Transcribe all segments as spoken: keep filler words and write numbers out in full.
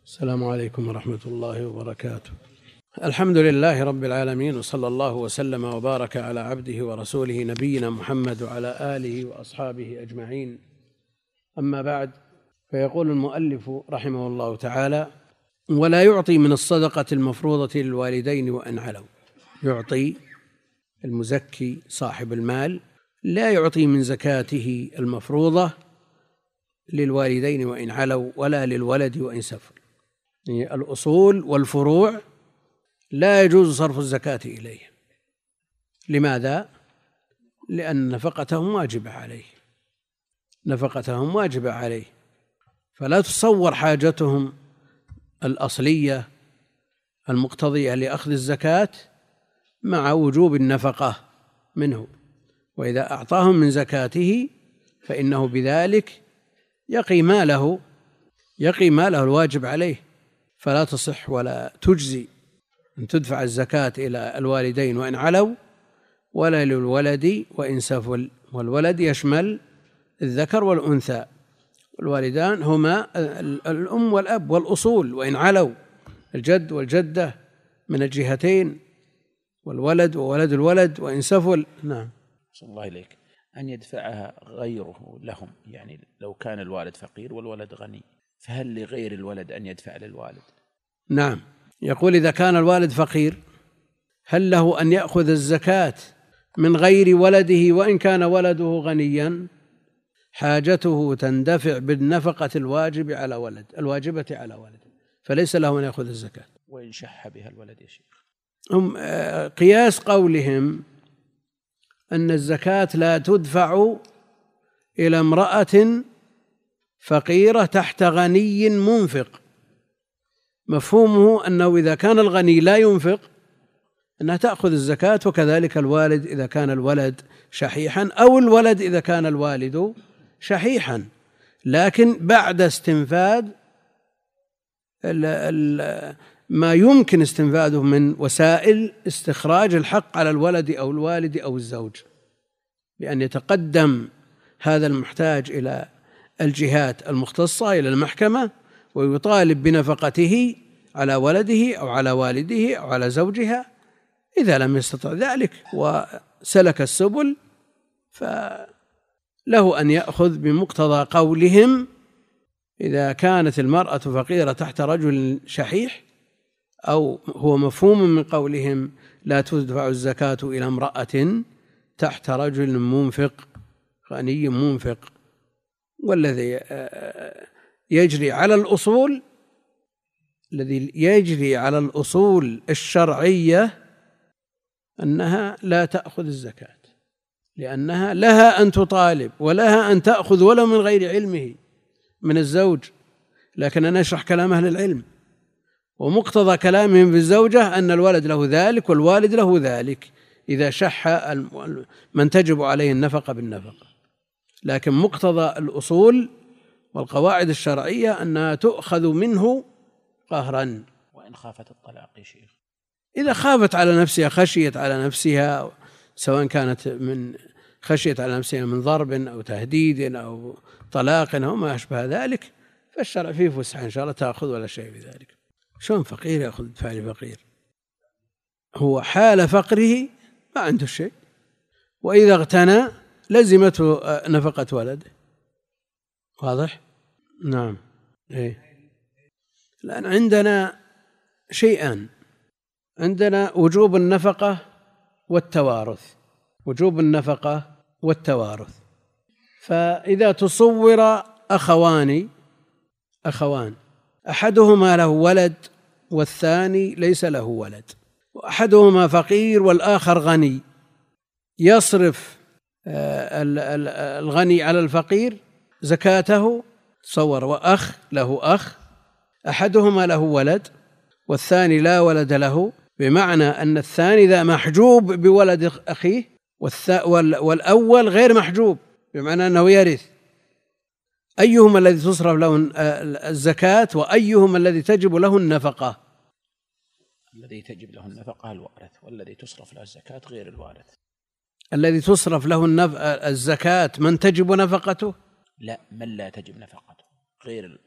السلام عليكم ورحمة الله وبركاته. الحمد لله رب العالمين، وصلى الله وسلم وبارك على عبده ورسوله نبينا محمد وعلى آله وأصحابه أجمعين. أما بعد، فيقول المؤلف رحمه الله تعالى: ولا يعطي من الصدقة المفروضة للوالدين وإن علوا. يعطي المزكي صاحب المال لا يعطي من زكاته المفروضة للوالدين وإن علوا، ولا للولد وإن سفل. يعني الأصول والفروع لا يجوز صرف الزكاة إليه. لماذا؟ لأن نفقتهم واجبة عليه نفقتهم واجبة عليه فلا تصور حاجتهم الأصلية المقتضية لأخذ الزكاة مع وجوب النفقة منه. وإذا أعطاهم من زكاته فإنه بذلك يقي ماله يقي ماله الواجب عليه، فلا تصح ولا تجزي أن تدفع الزكاة إلى الوالدين وإن علوا، ولا للولد وإن سفل. والولد يشمل الذكر والأنثى، والوالدان هما الأم والأب والأصول وإن علوا، الجد والجدة من الجهتين، والولد وولد الولد وإن سفل. نعم. صلى الله إليك. أن يدفعها غيره لهم، يعني لو كان الوالد فقير والولد غني، فهل لغير الولد أن يدفع للوالد؟ نعم. يقول: إذا كان الوالد فقير هل له أن يأخذ الزكاة من غير ولده وإن كان ولده غنيا؟ حاجته تندفع بالنفقة الواجب على ولد الواجبة على ولد، فليس له أن يأخذ الزكاة. وإن شح بها الولد يا شيخ؟ هم قياس قولهم أن الزكاة لا تدفع إلى امرأة فقيرة تحت غني منفق، مفهومه أنه إذا كان الغني لا ينفق أنها تأخذ الزكاة، وكذلك الوالد إذا كان الولد شحيحا، أو الولد إذا كان الوالد شحيحا، لكن بعد استنفاد ما يمكن استنفاده من وسائل استخراج الحق على الولد أو الوالد أو الزوج، بأن يتقدم هذا المحتاج إلى الجهات المختصة إلى المحكمة ويطالب بنفقته على ولده أو على والده أو على زوجها. إذا لم يستطع ذلك وسلك السبل فله أن يأخذ بمقتضى قولهم. إذا كانت المرأة فقيرة تحت رجل شحيح، أو هو مفهوم من قولهم لا تدفع الزكاة إلى امرأة تحت رجل منفق غني منفق، والذي يجري على الأصول الذي يجري على الأصول الشرعية أنها لا تأخذ الزكاة، لأنها لها أن تطالب ولها أن تأخذ ولو من غير علمه من الزوج. لكن أنا أشرح كلام أهل العلم، ومقتضى كلامهم في الزوجة أن الولد له ذلك والوالد له ذلك إذا شح من تجب عليه النفقة بالنفقة. لكن مقتضى الأصول والقواعد الشرعية أنها تؤخذ منه قهرا. وإن خافت الطلاق يا شيخ؟ إذا خافت على نفسها، خشيت على نفسها، سواء كانت من خشيت على نفسها من ضرب أو تهديد أو طلاق أو ما أشبه ذلك، فالشرع فيه فسحة إن شاء الله تأخذ ولا شيء في ذلك. شلون فقير يأخذ دفاع فقير؟ هو حال فقره ما عنده شيء، وإذا اغتنى لزمته نفقة ولده. واضح؟ نعم. إيه؟ الآن عندنا شيئان: عندنا وجوب النفقة والتوارث وجوب النفقة والتوارث فإذا تصور أخوان أخوان أحدهما له ولد والثاني ليس له ولد، وأحدهما فقير والآخر غني، يصرف الغني على الفقير زكاته. تصور وأخ له أخ، أحدهما له ولد والثاني لا ولد له، بمعنى أن الثاني ذا محجوب بولد أخيه، والأول غير محجوب بمعنى أنه يرث. أيهما الذي تصرف له الزكاة وأيهما الذي تجب له النفقة؟ الذي تجب له النفقة الوارث، والذي تصرف له الزكاة غير الوارث. الذي تصرف له الزكاة من تجب نفقته؟ لا، من لا تجب نفقته، غير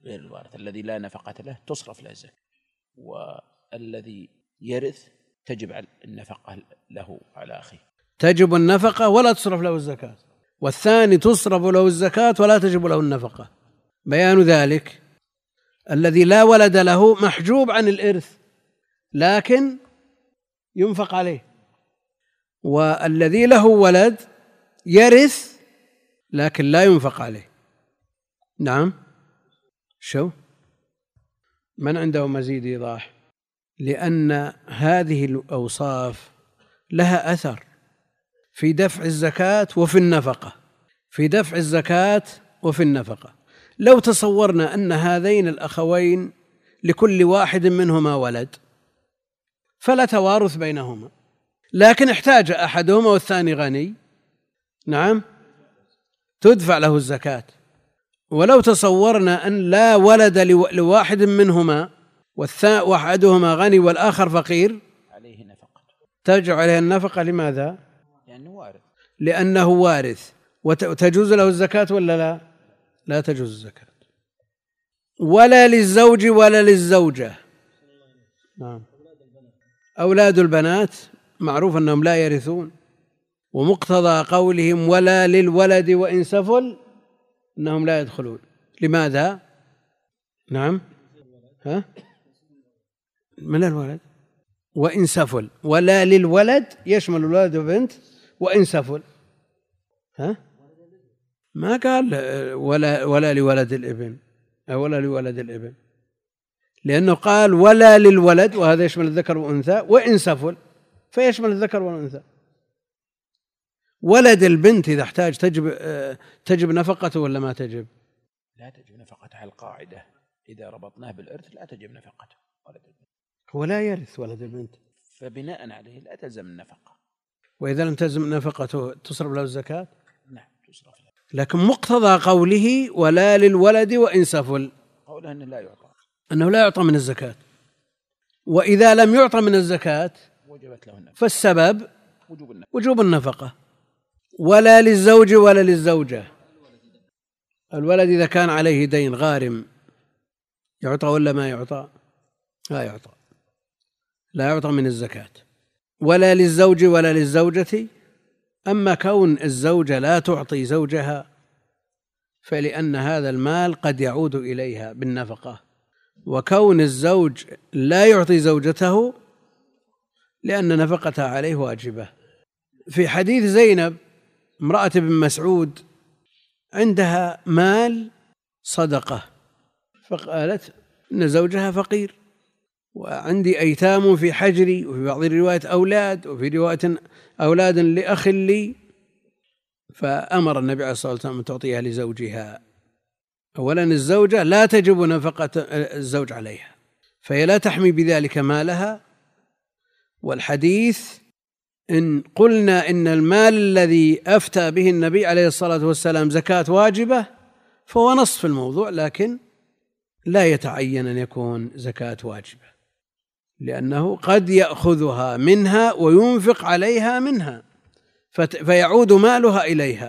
غير الوارث الذي لا نفقة له تصرف له الزكاة، والذي يرث تجب النفقة له على أخيه، تجب النفقة ولا تصرف له الزكاة، والثاني تصرف له الزكاة ولا تجب له النفقة. بيان ذلك الذي لا ولد له محجوب عن الإرث لكن ينفق عليه، والذي له ولد يرث لكن لا ينفق عليه. نعم. شو من عنده مزيد إيضاح؟ لأن هذه الأوصاف لها أثر في دفع الزكاة وفي النفقة، في دفع الزكاة وفي النفقة. لو تصورنا أن هذين الأخوين لكل واحد منهما ولد فلا توارث بينهما، لكن احتاج أحدهما والثاني غني، نعم، تدفع له الزكاة. ولو تصورنا أن لا ولد لواحد منهما وأحدهما غني والآخر فقير عليه نفقة، ترجع عليه النفقة. لماذا؟ لأنه وارث، لأنه وارث. وتجوز له الزكاة ولا لا؟ لا تجوز الزكاة. ولا للزوج ولا للزوجة. نعم. أولاد البنات معروف أنهم لا يرثون، ومقتضى قولهم ولا للولد وإن سفل أنهم لا يدخلون. لماذا؟ نعم. ها؟ من الولد وإن سفل، ولا للولد يشمل الولد وبنت وإن سفل. ها؟ ما قال ولا ولا لولد الابن أو ولا لولد الابن، لأنه قال ولا للولد، وهذا يشمل الذكر والأنثى، وإن سفل فيشمل الذكر والأنثى. ولد البنت إذا احتاج تجب تجب نفقته ولا ما تجب؟ لا تجب نفقته على القاعدة، إذا ربطناه بالإرث لا تجب نفقته. ولد البنت هو لا يرث ولد البنت، فبناء عليه لا تلزم النفقة. وإذا لم تلزم نفقته تصرف له الزكاة؟ نعم تصرف له. لكن مقتضى قوله ولا للولد وإن سفل قوله أنه لا يعطى، أنه لا يعطى من الزكاة. وإذا لم يعطى من الزكاة وجبت له النفقة، فالسبب وجوب النفقة. وجوب النفقة. ولا للزوج ولا للزوجة. الولد إذا كان عليه دين غارم يعطى ولا ما يعطى؟ لا يعطى، لا يعطى من الزكاة. ولا للزوج ولا للزوجة. أما كون الزوجة لا تعطي زوجها فلأن هذا المال قد يعود إليها بالنفقة، وكون الزوج لا يعطي زوجته لأن نفقتها عليه واجبة. في حديث زينب امرأة ابن مسعود عندها مال صدقة، فقالت إن زوجها فقير وعندي أيتام في حجري، وفي بعض الروايات أولاد، وفي رواية أولاد لأخ لي، فأمر النبي عليه الصلاة والسلام أن تعطيها لزوجها. أولا الزوجة لا تجب نفقة الزوج عليها، فهي لا تحمي بذلك مالها. والحديث إن قلنا إن المال الذي أفتى به النبي عليه الصلاة والسلام زكاة واجبة فهو نص في الموضوع، لكن لا يتعين أن يكون زكاة واجبة، لأنه قد يأخذها منها وينفق عليها منها فيعود مالها إليها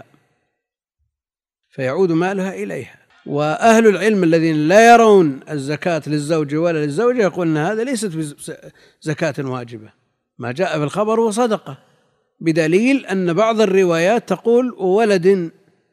فيعود مالها إليها. وأهل العلم الذين لا يرون الزكاة للزوج ولا للزوجة يقولون هذا ليست زكاة واجبة، ما جاء في الخبر هو صدقة، بدليل أن بعض الروايات تقول ولد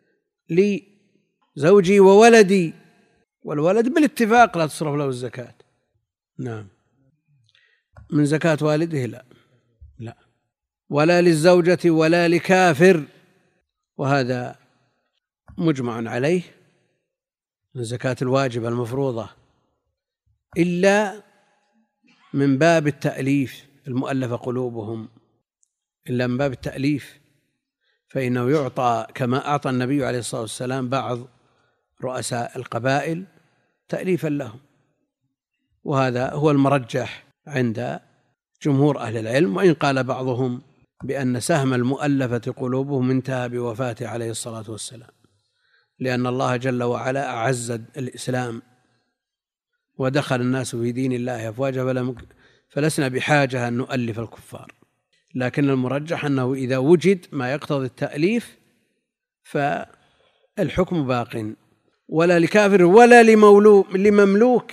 لزوجي وولدي، والولد بالاتفاق لا تصرف له الزكاة. نعم. من زكاة والده لا لا. ولا للزوجة ولا لكافر، وهذا مجمع عليه من زكاة الواجبة المفروضة، إلا من باب التأليف المؤلفة قلوبهم، إلا من باب التأليف، فإنه يعطى كما أعطى النبي عليه الصلاة والسلام بعض رؤساء القبائل تأليفا لهم، وهذا هو المرجح عند جمهور أهل العلم. وإن قال بعضهم بأن سهم المؤلفة قلوبهم انتهى بوفاته عليه الصلاة والسلام، لأن الله جل وعلا أعز الإسلام ودخل الناس في دين الله أفواجا، فلسنا بحاجة أن نؤلف الكفار، لكن المرجح أنه إذا وجد ما يقتضي التأليف فالحكم باق. ولا لكافر ولا لمملوك،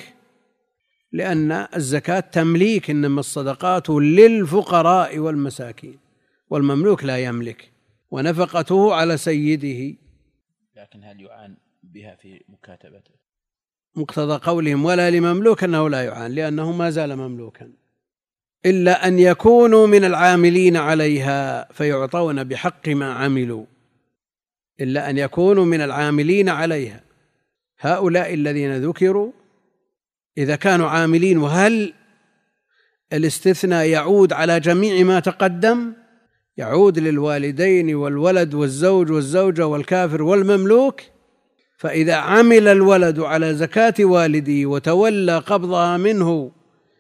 لأن الزكاة تمليك، إنما الصدقات للفقراء والمساكين، والمملوك لا يملك، ونفقته على سيده. لكن هل يعان بها في مكاتبته؟ مقتضى قولهم ولا لمملوك أنه لا يعان، لأنه ما زال مملوكا، إلا أن يكونوا من العاملين عليها فيعطون بحق ما عملوا، إلا أن يكونوا من العاملين عليها. هؤلاء الذين ذكروا إذا كانوا عاملين، وهل الاستثناء يعود على جميع ما تقدم؟ يعود للوالدين والولد والزوج والزوجة والكافر والمملوك. فإذا عمل الولد على زكاة والده وتولى قبضها منه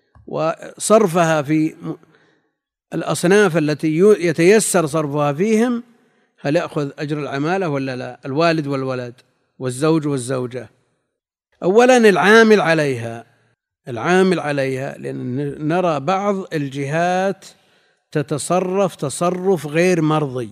وصرفها في الأصناف التي يتيسر صرفها فيهم، هل يأخذ أجر العمالة ولا لا؟ الوالد والولد والزوج والزوجة. أولا العامل عليها، العامل عليها لأن نرى بعض الجهات تتصرف تصرف غير مرضي.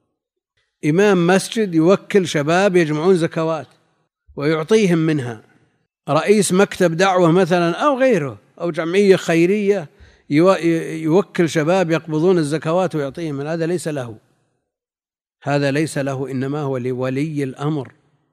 إمام مسجد يوكل شباب يجمعون زكوات ويعطيهم منها، رئيس مكتب دعوة مثلا أو غيره أو جمعية خيرية يوكل شباب يقبضون الزكوات ويعطيهم، هذا ليس له، هذا ليس له، إنما هو لولي الأمر،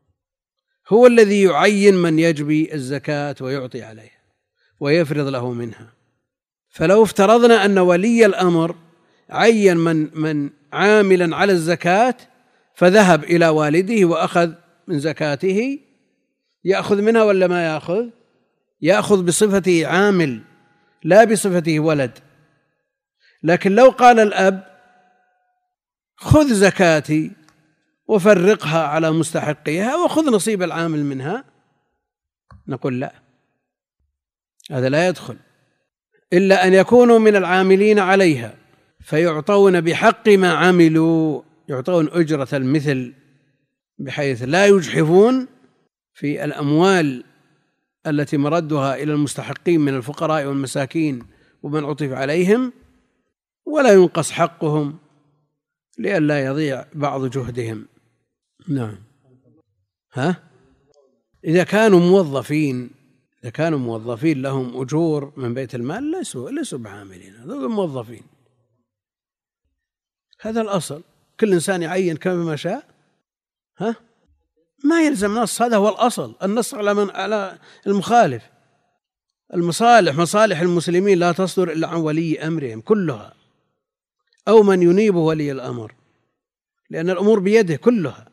هو الذي يعين من يجبي الزكاة ويعطي عليها ويفرض له منها. فلو افترضنا أن ولي الأمر عين من من عاملا على الزكاة فذهب إلى والده وأخذ من زكاته، يأخذ منها ولا ما يأخذ؟ يأخذ بصفته عامل لا بصفته ولد. لكن لو قال الأب خذ زكاتي وفرقها على مستحقيها وخذ نصيب العامل منها، نقول لا، هذا لا يدخل، إلا أن يكونوا من العاملين عليها فيعطون بحق ما عملوا، يعطون أجرة المثل بحيث لا يجحفون في الأموال التي مردها إلى المستحقين من الفقراء والمساكين ومن عطف عليهم، ولا ينقص حقهم لئلا يضيع بعض جهدهم. نعم. ها؟ إذا كانوا موظفين، إذا كانوا موظفين لهم أجور من بيت المال ليسوا ليسوا بعاملين، هذول موظفين، هذا الأصل. كل إنسان يعين كما شاء، ها؟ ما يلزم نص، هذا هو الأصل. النص على من على المخالف. المصالح مصالح المسلمين لا تصدر إلا عن ولي أمرهم كلها أو من ينيب ولي الأمر، لأن الأمور بيده كلها.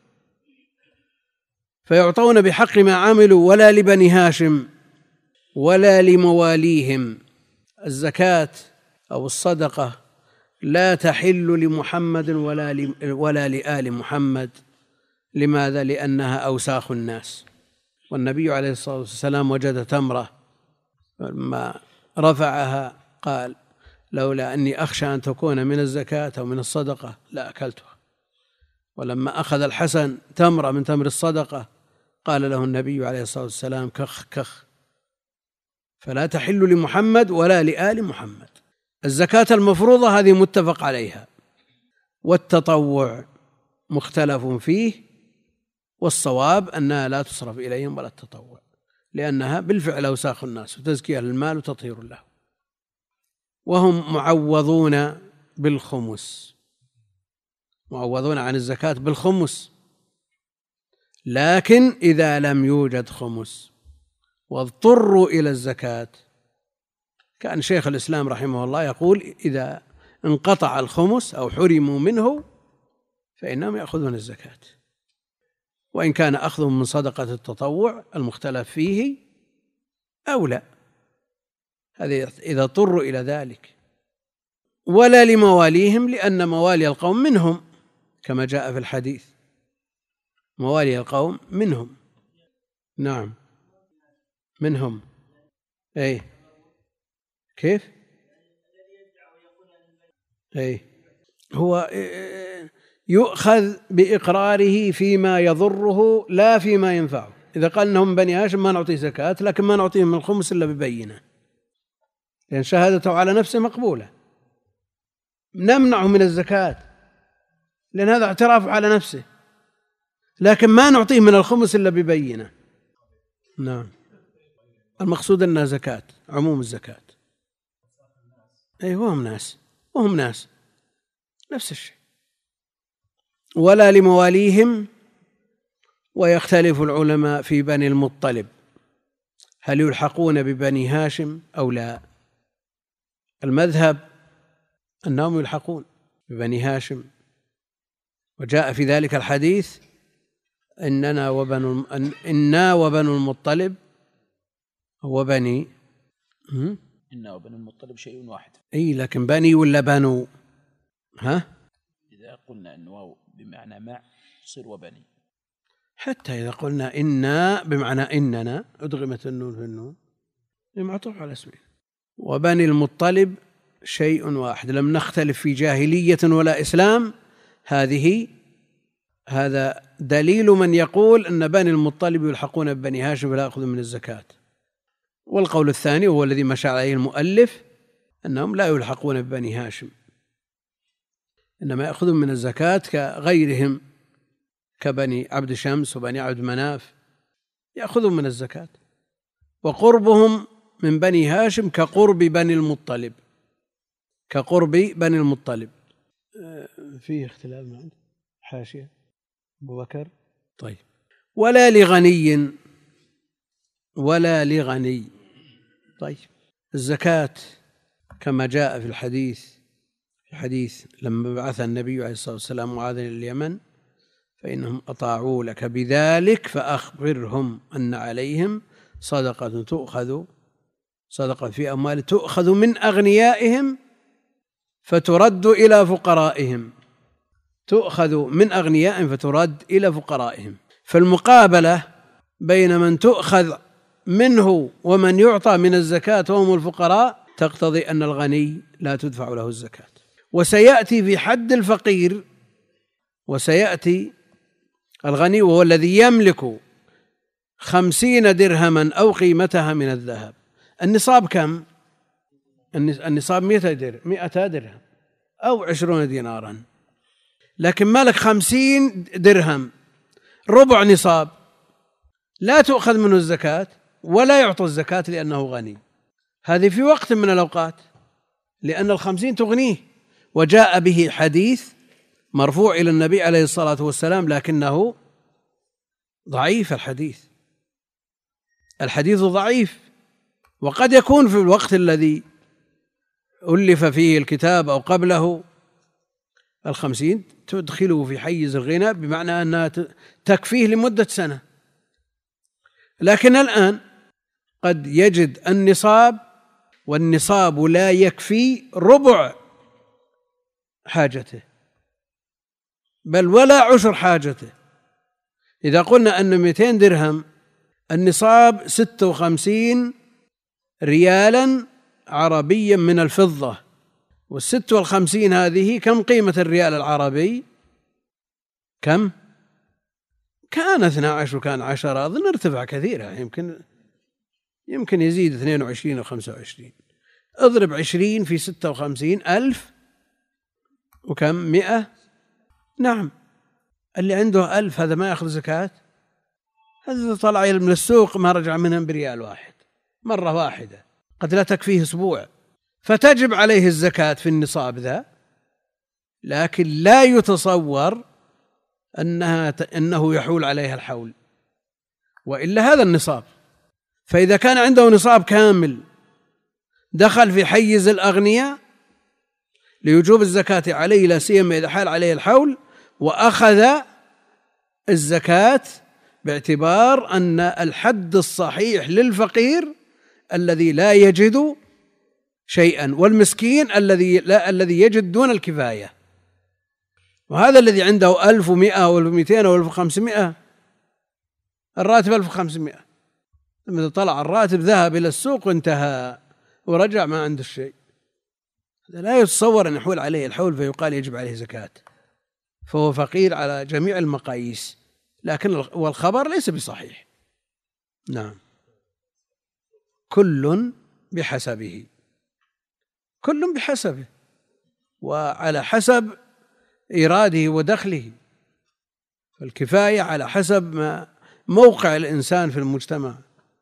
فيعطون بحق ما عملوا ولا لبني هاشم ولا لمواليهم. الزكاة أو الصدقة لا تحل لمحمد ولا ولا لآل محمد. لماذا؟ لأنها أوساخ الناس. والنبي عليه الصلاة والسلام وجد تمرة لما رفعها قال لولا أني أخشى أن تكون من الزكاة أو من الصدقة لأكلتها. ولما أخذ الحسن تمرة من تمر الصدقة قال له النبي عليه الصلاة والسلام كخ كخ. فلا تحل لمحمد ولا لآل محمد. الزكاة المفروضة هذه متفق عليها، والتطوع مختلف فيه، والصواب أنها لا تصرف إليهم ولا التطوع، لأنها بالفعل أوساخ الناس وتزكية للمال وتطهير له. وهم معوضون بالخمس، معوضون عن الزكاة بالخمس، لكن إذا لم يوجد خمس واضطروا إلى الزكاة، كان شيخ الإسلام رحمه الله يقول إذا انقطع الخمس أو حرموا منه فإنهم يأخذون الزكاة، وإن كان أخذهم من صدقة التطوع المختلف فيه أو لا، هذه إذا اضطروا إلى ذلك. ولا لمواليهم، لأن موالي القوم منهم كما جاء في الحديث، موالي القوم منهم. نعم منهم. أي كيف؟ أي هو يؤخذ بإقراره فيما يضره لا فيما ينفعه. إذا قال إنهم بني هاشم ما نعطي زكاة، لكن ما نعطيهم من الخمس إلا ببينة، لأن شهادته على نفسه مقبولة. نمنعه من الزكاة لأن هذا اعتراف على نفسه، لكن ما نعطيه من الخمس إلا ببينة. نعم، المقصود أنها زكاة، عموم الزكاة. أي وهم ناس وهم ناس نفس الشيء. ولا لمواليهم. ويختلف العلماء في بني المطلب هل يلحقون ببني هاشم أو لا. المذهب أنهم يلحقون ببني هاشم، وجاء في ذلك الحديث إننا وبنو إنا وبنو المطلب وبني إنا وبنو المطلب شيء واحد. أي لكن بني ولا بنو؟ ها إذا قلنا أن واو بمعنى مع تصير وبني، حتى إذا قلنا إنا بمعنى إننا أدغمت النون في النون معطوف على اسمه. وبني المطلب شيء واحد، لم نختلف في جاهلية ولا إسلام. هذه هذا دليل من يقول أن بني المطلب يلحقون ببني هاشم فلا يأخذون من الزكاة. والقول الثاني هو الذي مشى عليه المؤلف أنهم لا يلحقون ببني هاشم، إنما يأخذون من الزكاة كغيرهم كبني عبد شمس وبني عبد مناف، يأخذون من الزكاة. وقربهم من بني هاشم كقرب بني المطلب، كقرب بني المطلب. فيه اختلاف معنا حاشية أبو بكر. طيب. ولا لغني ولا لغني. طيب، الزكاة كما جاء في الحديث في حديث لما بعث النبي عليه الصلاة والسلام معاذ إلى اليمن فإنهم أطاعوا لك بذلك فأخبرهم أن عليهم صدقة تؤخذ صدقة في أموال تؤخذ من أغنيائهم فترد إلى فقرائهم، تؤخذ من أغنيائهم فترد إلى فقرائهم. فالمقابلة بين من تؤخذ منه ومن يعطى من الزكاة وهم الفقراء تقتضي أن الغني لا تدفع له الزكاة. وسيأتي في حد الفقير، وسيأتي الغني وهو الذي يملك خمسين درهما أو قيمتها من الذهب. النصاب كم؟ النصاب مئة درهم أو عشرون دينارا، لكن ملك خمسين درهم ربع نصاب، لا تؤخذ منه الزكاة ولا يعطى الزكاة لأنه غني. هذه في وقت من الأوقات لأن الخمسين تغنيه. وجاء به حديث مرفوع إلى النبي عليه الصلاة والسلام لكنه ضعيف. الحديث الحديث ضعيف، وقد يكون في الوقت الذي ألف فيه الكتاب أو قبله الخمسين تدخله في حيز الغنى بمعنى أنها تكفيه لمدة سنة. لكن الآن قد يجد النصاب والنصاب لا يكفي ربع حاجته بل ولا عشر حاجته. إذا قلنا أن مئتين درهم النصاب ستة وخمسين ريالا عربيا من الفضة، والست والخمسين هذه كم قيمة الريال العربي؟ كم؟ كان اثنى عشر وكان عشرة، أظن ارتفع كثيرا، يمكن يمكن يزيد اثنين وعشرين أو خمسة وعشرين. اضرب عشرين في ستة وخمسين ألف وكم؟ مئة. نعم، اللي عنده ألف هذا ما يأخذ زكاة؟ هذا طلع من السوق ما رجع منهم بريال واحد مرة واحدة، قد لا تكفيه أسبوع، فتجب عليه الزكاة في النصاب ذا. لكن لا يتصور أنها أنه يحول عليها الحول، وإلا هذا النصاب. فإذا كان عنده نصاب كامل دخل في حيز الأغنياء لوجوب الزكاة عليه، لا سيما إذا حال عليه الحول، وأخذ الزكاة باعتبار أن الحد الصحيح للفقير الذي لا يجد شيئا، والمسكين الذي لا الذي يجد دون الكفاية. وهذا الذي عنده ألف ومئة أو ألف ومئتين أو ألف وخمسمائة، الراتب ألف وخمسمائة، لما طلع الراتب ذهب إلى السوق وانتهى ورجع ما عنده شيء، هذا لا يتصور أن يحول عليه الحول فيقال يجب عليه زكاة، فهو فقير على جميع المقاييس. لكن والخبر ليس بصحيح. نعم، كل بحسبه، كل بحسبه وعلى حسب إيراده ودخله، فالكفاية على حسب ما موقع الإنسان في المجتمع.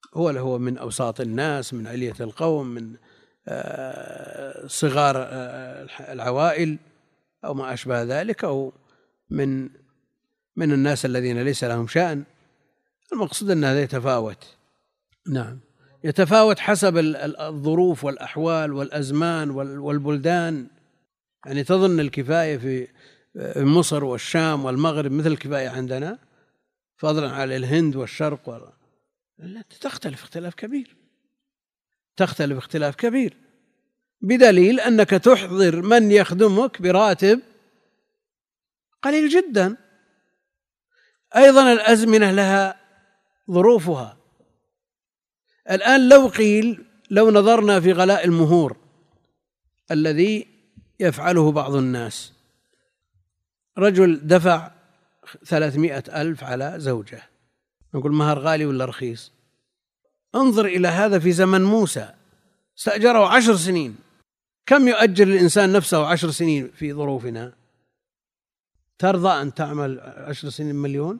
هو هو من أوساط الناس، من علية القوم، من صغار العوائل أو ما أشبه ذلك، أو من من الناس الذين ليس لهم شأن. المقصود أن هذا يتفاوت. نعم، يتفاوت حسب الظروف والأحوال والأزمان والبلدان. يعني تظن الكفاية في مصر والشام والمغرب مثل الكفاية عندنا، فضلا على الهند والشرق و... لا، تختلف اختلاف كبير، تختلف اختلاف كبير، بدليل أنك تحضر من يخدمك براتب قليل جدا. أيضا الأزمنة لها ظروفها. الآن لو قيل، لو نظرنا في غلاء المهور الذي يفعله بعض الناس، رجل دفع ثلاثمائة ألف على زوجة، نقول مهر غالي ولا رخيص؟ انظر إلى هذا في زمن موسى، استأجره عشر سنين. كم يؤجر الإنسان نفسه عشر سنين في ظروفنا؟ ترضى أن تعمل عشر سنين مليون؟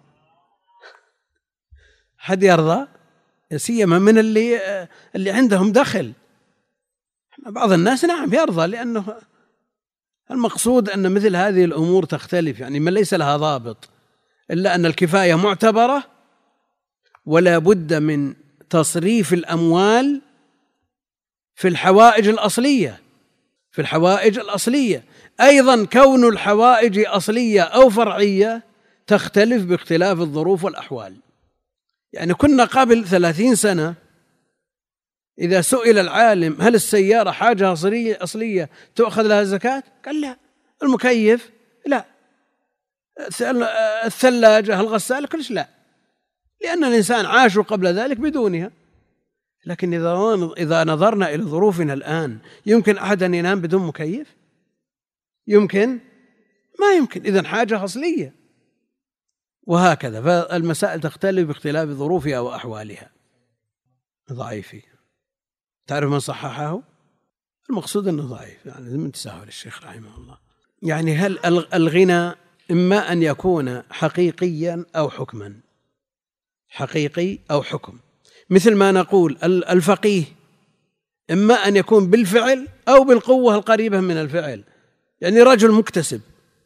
حد يرضى؟ سيما من اللي اللي عندهم دخل. بعض الناس نعم يرضى، لأنه المقصود أن مثل هذه الأمور تختلف، يعني من ليس لها ضابط، إلا أن الكفاية معتبرة، ولا بد من تصريف الأموال في الحوائج الأصلية، في الحوائج الأصلية. أيضا كون الحوائج أصلية أو فرعية تختلف باختلاف الظروف والأحوال. يعني كنا قبل ثلاثين سنة إذا سئل العالم هل السيارة حاجة أصلية أصلية تؤخذ لها زكاة؟ قال لا. المكيف لا. الثلاجة الغسالة كلش لا، لأن الإنسان عاش قبل ذلك بدونها. لكن إذا إذا نظرنا إلى ظروفنا الآن، يمكن أحد أن ينام بدون مكيف؟ يمكن؟ ما يمكن. إذن حاجة أصلية. وهكذا، فالمسائل تختلف باختلاف ظروفها وأحوالها. ضعيف. تعرف من صححه؟ المقصود أنه ضعيف، يعني من تساهل الشيخ رحمه الله. يعني هل الغنى إما أن يكون حقيقيا أو حكما، حقيقي أو حكم، مثل ما نقول الفقيه إما أن يكون بالفعل أو بالقوة القريبة من الفعل. يعني رجل مكتسب،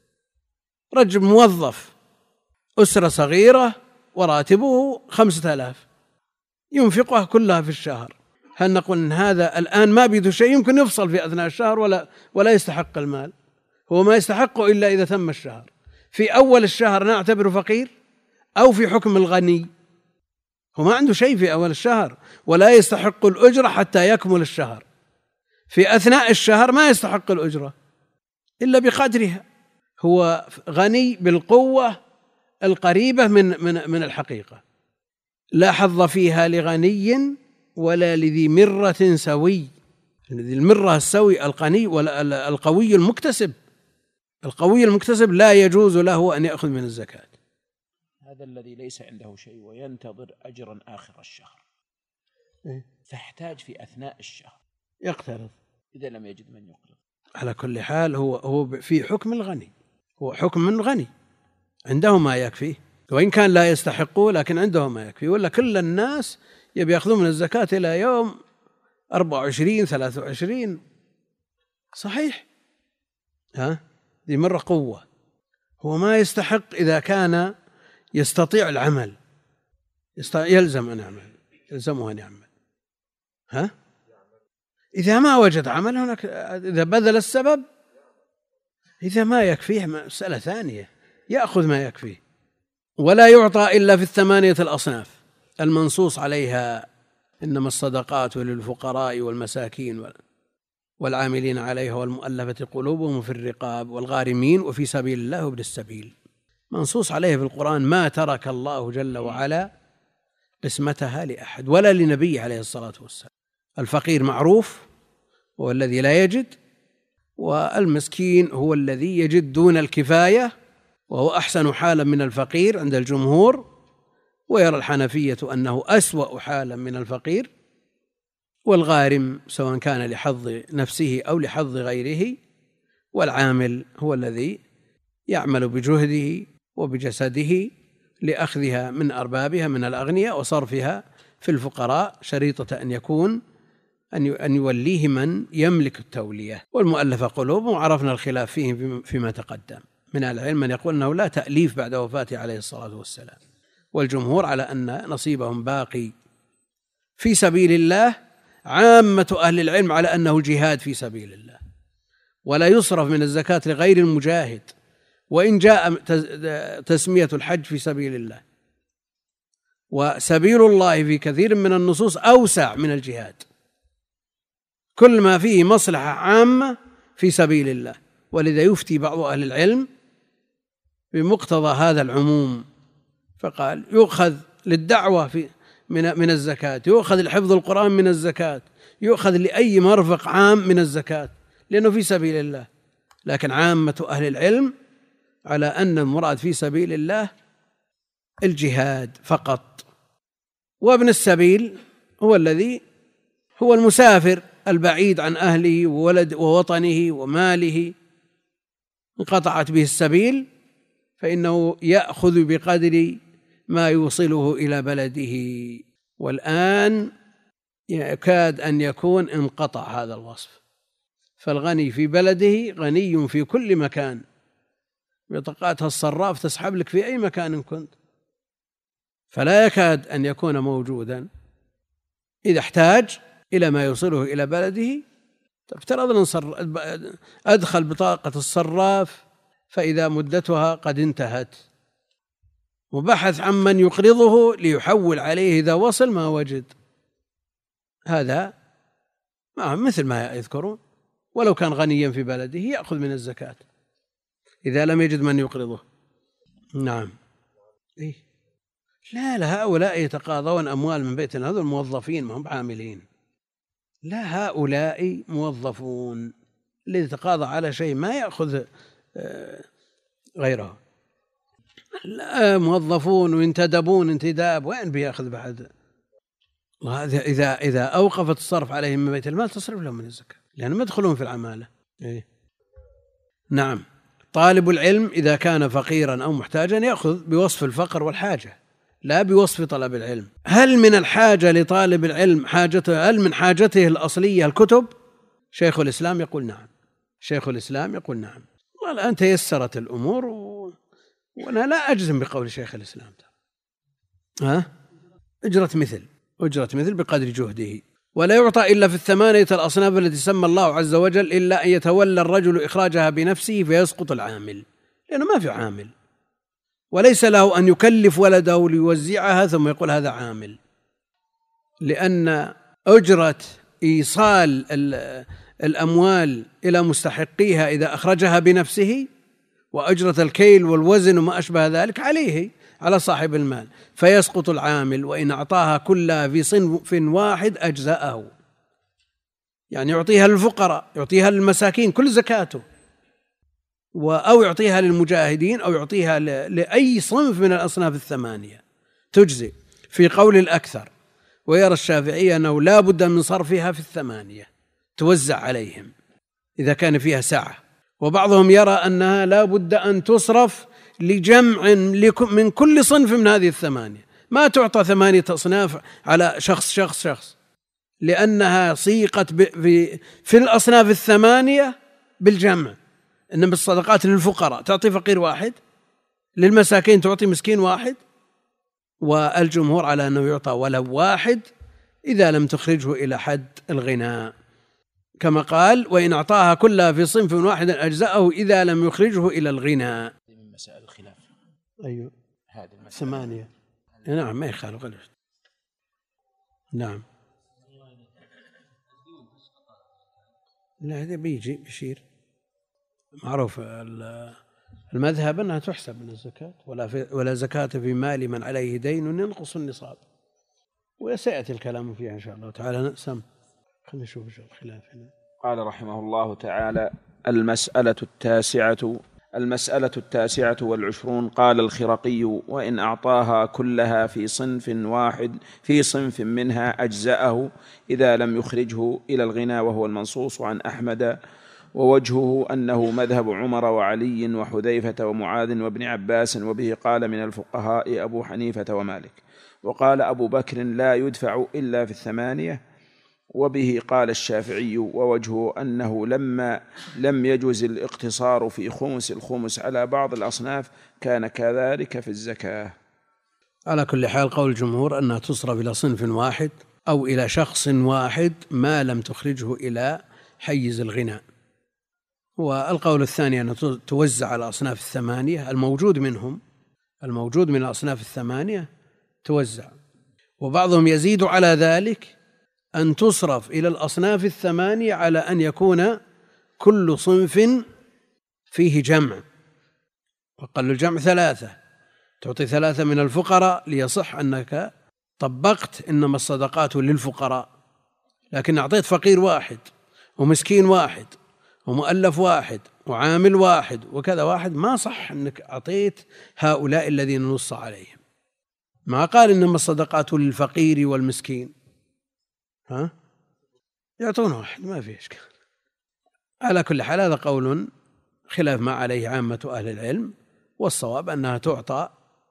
رجل موظف، أسرة صغيرة وراتبه خمسة آلاف ينفقها كلها في الشهر، هل نقول إن هذا الآن ما بيده شيء، يمكن يفصل في أثناء الشهر ولا ولا يستحق المال؟ هو ما يستحقه إلا إذا تم الشهر. في أول الشهر نعتبره فقير أو في حكم الغني؟ هو ما عنده شيء في أول الشهر ولا يستحق الأجرة حتى يكمل الشهر. في أثناء الشهر ما يستحق الأجرة إلا بقدرها. هو غني بالقوة القريبة من من من الحقيقة، لا حظ فيها لغني ولا لذي مرة سوي. ذي المرة السوي الغني ولا القوي المكتسب. القوي المكتسب لا يجوز له أن يأخذ من الزكاة. هذا الذي ليس عنده شيء وينتظر أجرا آخر الشهر، إيه؟ فاحتاج في أثناء الشهر يقترض إذا لم يجد من يقرض. على كل حال هو هو في حكم الغني، هو حكم من غني عنده ما يكفيه، وإن كان لا يستحقه لكن عنده ما يكفيه. ولا كل الناس يبي يأخذون من الزكاة إلى يوم أربعة وعشرين ثلاثة وعشرين. صحيح، ها دي مرة قوة. هو ما يستحق إذا كان يستطيع العمل، يلزم أن يعمل، يلزمه أن يعمل. ها إذا ما وجد عمل هناك، إذا بذل السبب، إذا ما يكفيه مسألة ثانية، يأخذ ما يكفيه. ولا يعطى إلا في الثمانية الأصناف المنصوص عليها، إنما الصدقات للفقراء والمساكين والعاملين عليها والمؤلفة قلوبهم في الرقاب والغارمين وفي سبيل الله وابن السبيل. منصوص عليه في القرآن، ما ترك الله جل وعلا قسمتها لأحد ولا لنبي عليه الصلاة والسلام. الفقير معروف هو الذي لا يجد، والمسكين هو الذي يجد دون الكفاية، وهو أحسن حالا من الفقير عند الجمهور. ويرى الحنفية أنه أسوأ حالا من الفقير. والغارم سواء كان لحظ نفسه أو لحظ غيره. والعامل هو الذي يعمل بجهده وبجسده لأخذها من أربابها من الأغنياء وصرفها في الفقراء شريطة أن يكون أن يوليه من يملك التولية، والمؤلفة قلوبهم، وعرفنا الخلاف فيهم فيما تقدم. من العلم من يقول أنه لا تأليف بعد وفاته عليه الصلاة والسلام، والجمهور على أن نصيبهم باقي في سبيل الله. عامة أهل العلم على أنه الجهاد في سبيل الله، ولا يصرف من الزكاة لغير المجاهد، وإن جاء تسمية الحج في سبيل الله. وسبيل الله في كثير من النصوص أوسع من الجهاد، كل ما فيه مصلحة عامة في سبيل الله، ولذا يفتي بعض أهل العلم بمقتضى هذا العموم، فقال يؤخذ للدعوة في من من الزكاة، يؤخذ لحفظ القرآن من الزكاة، يؤخذ لأي مرفق عام من الزكاة، لأنه في سبيل الله. لكن عامة أهل العلم على أن المراد في سبيل الله الجهاد فقط. وابن السبيل هو الذي هو المسافر البعيد عن أهله وولد ووطنه وماله، انقطعت به السبيل، فإنه يأخذ بقدر ما يوصله إلى بلده. والآن يكاد أن يكون انقطع هذا الوصف، فالغني في بلده غني في كل مكان، بطاقاتها الصراف تسحب لك في أي مكان كنت، فلا يكاد أن يكون موجودا. إذا احتاج إلى ما يوصله إلى بلده، افترض أن أدخل بطاقة الصراف فإذا مدتها قد انتهت، وبحث عن من يقرضه ليحول عليه إذا وصل ما وجد، هذا مثل ما يذكرون، ولو كان غنيا في بلده يأخذ من الزكاة إذا لم يجد من يقرضه. نعم. إيه؟ لا لا، هؤلاء يتقاضون أموال من بيت، هذول موظفين ما هم عاملين. لا، هؤلاء موظفون، الذي يتقاضى على شيء ما يأخذ غيره. لا، موظفون وينتدبون انتداب، وين بيأخذ بعد؟ إذا إذا أوقفت الصرف عليهم من بيت المال تصرف لهم من الزكاة، لأنهم ما يدخلون في العمالة. إيه؟ نعم. طالب العلم إذا كان فقيرا أو محتاجا يأخذ بوصف الفقر والحاجة، لا بوصف طلب العلم. هل من الحاجة لطالب العلم حاجته، هل من حاجته الأصلية الكتب؟ شيخ الإسلام يقول نعم، شيخ الإسلام يقول نعم. والآن تيسرت الأمور و... وأنا لا أجزم بقول شيخ الإسلام. ها؟ أجرة مثل أجرة مثل بقدر جهده، ولا يعطى إلا في الثمانية الأصناف التي سمى الله عز وجل، إلا أن يتولى الرجل إخراجها بنفسه فيسقط العامل، لأنه ما في عامل، وليس له أن يكلف ولده ليوزعها ثم يقول هذا عامل، لأن أجرة إيصال الأموال إلى مستحقيها إذا أخرجها بنفسه، وأجرة الكيل والوزن وما أشبه ذلك عليه، على صاحب المال، فيسقط العامل. وإن أعطاها كلها في صنف واحد أجزاءه، يعني يعطيها للفقراء، يعطيها للمساكين كل زكاته، أو يعطيها للمجاهدين، أو يعطيها لأي صنف من الأصناف الثمانية تجزي في قول الأكثر. ويرى الشافعي أنه لا بد من صرفها في الثمانية توزع عليهم إذا كان فيها سعة، وبعضهم يرى أنها لا بد أن تصرف لجمع من كل صنف من هذه الثمانية، ما تعطى ثمانية أصناف على شخص شخص شخص، لأنها صيقت في, في الأصناف الثمانية بالجمع. إنما الصدقات للفقراء تعطي فقير واحد، للمساكين تعطي مسكين واحد، والجمهور على أنه يعطى ولو واحد إذا لم تخرجه إلى حد الغناء، كما قال وإن أعطاها كلها في صنف واحد أجزاءه إذا لم يخرجه إلى الغناء. من مسائل الخلاف. أيوه، هذه ثمانية. نعم، ما يخالف. نعم، لا هذا بيجي بيشير معروف المذهب أنها تحسب من الزكاة، ولا في ولا زكاة في مال من عليه دين ينقص النصاب، وسيأتي الكلام فيها إن شاء الله تعالى. نقسم، خلينا نشوف الخلاف هنا. قال رحمه الله تعالى: المسألة التاسعة المسألة التاسعة والعشرون. قال الخرقي: وإن أعطاها كلها في صنف واحد في صنف منها أجزأه إذا لم يخرجه إلى الغنى، وهو المنصوص عن أحمد، ووجهه أنه مذهب عمر وعلي وحذيفة ومعاذ وابن عباس، وبه قال من الفقهاء أبو حنيفة ومالك. وقال أبو بكر لا يدفع إلا في الثمانية، وبه قال الشافعي، ووجهه أنه لما لم يجوز الاقتصار في خمس الخمس على بعض الأصناف كان كذلك في الزكاة. على كل حال قول الجمهور أنها تصرف إلى صنف واحد أو إلى شخص واحد ما لم تخرجه إلى حيز الغنى. والقول الثاني أن توزع على الأصناف الثمانية الموجود منهم، الموجود من الأصناف الثمانية توزع. وبعضهم يزيد على ذلك أن تصرف إلى الأصناف الثمانية على أن يكون كل صنف فيه جمع، وقل الجمع ثلاثة، تعطي ثلاثة من الفقراء ليصح أنك طبقت إنما الصدقات للفقراء، لكن أعطيت فقير واحد ومسكين واحد ومؤلف واحد وعامل واحد وكذا واحد، ما صح أنك أعطيت هؤلاء الذين نص عليهم. ما قال إنما الصدقات للفقير والمسكين، ها يعطون واحد ما فيه إشكال. على كل حال هذا قول خلاف ما عليه عامة أهل العلم، والصواب أنها تعطى،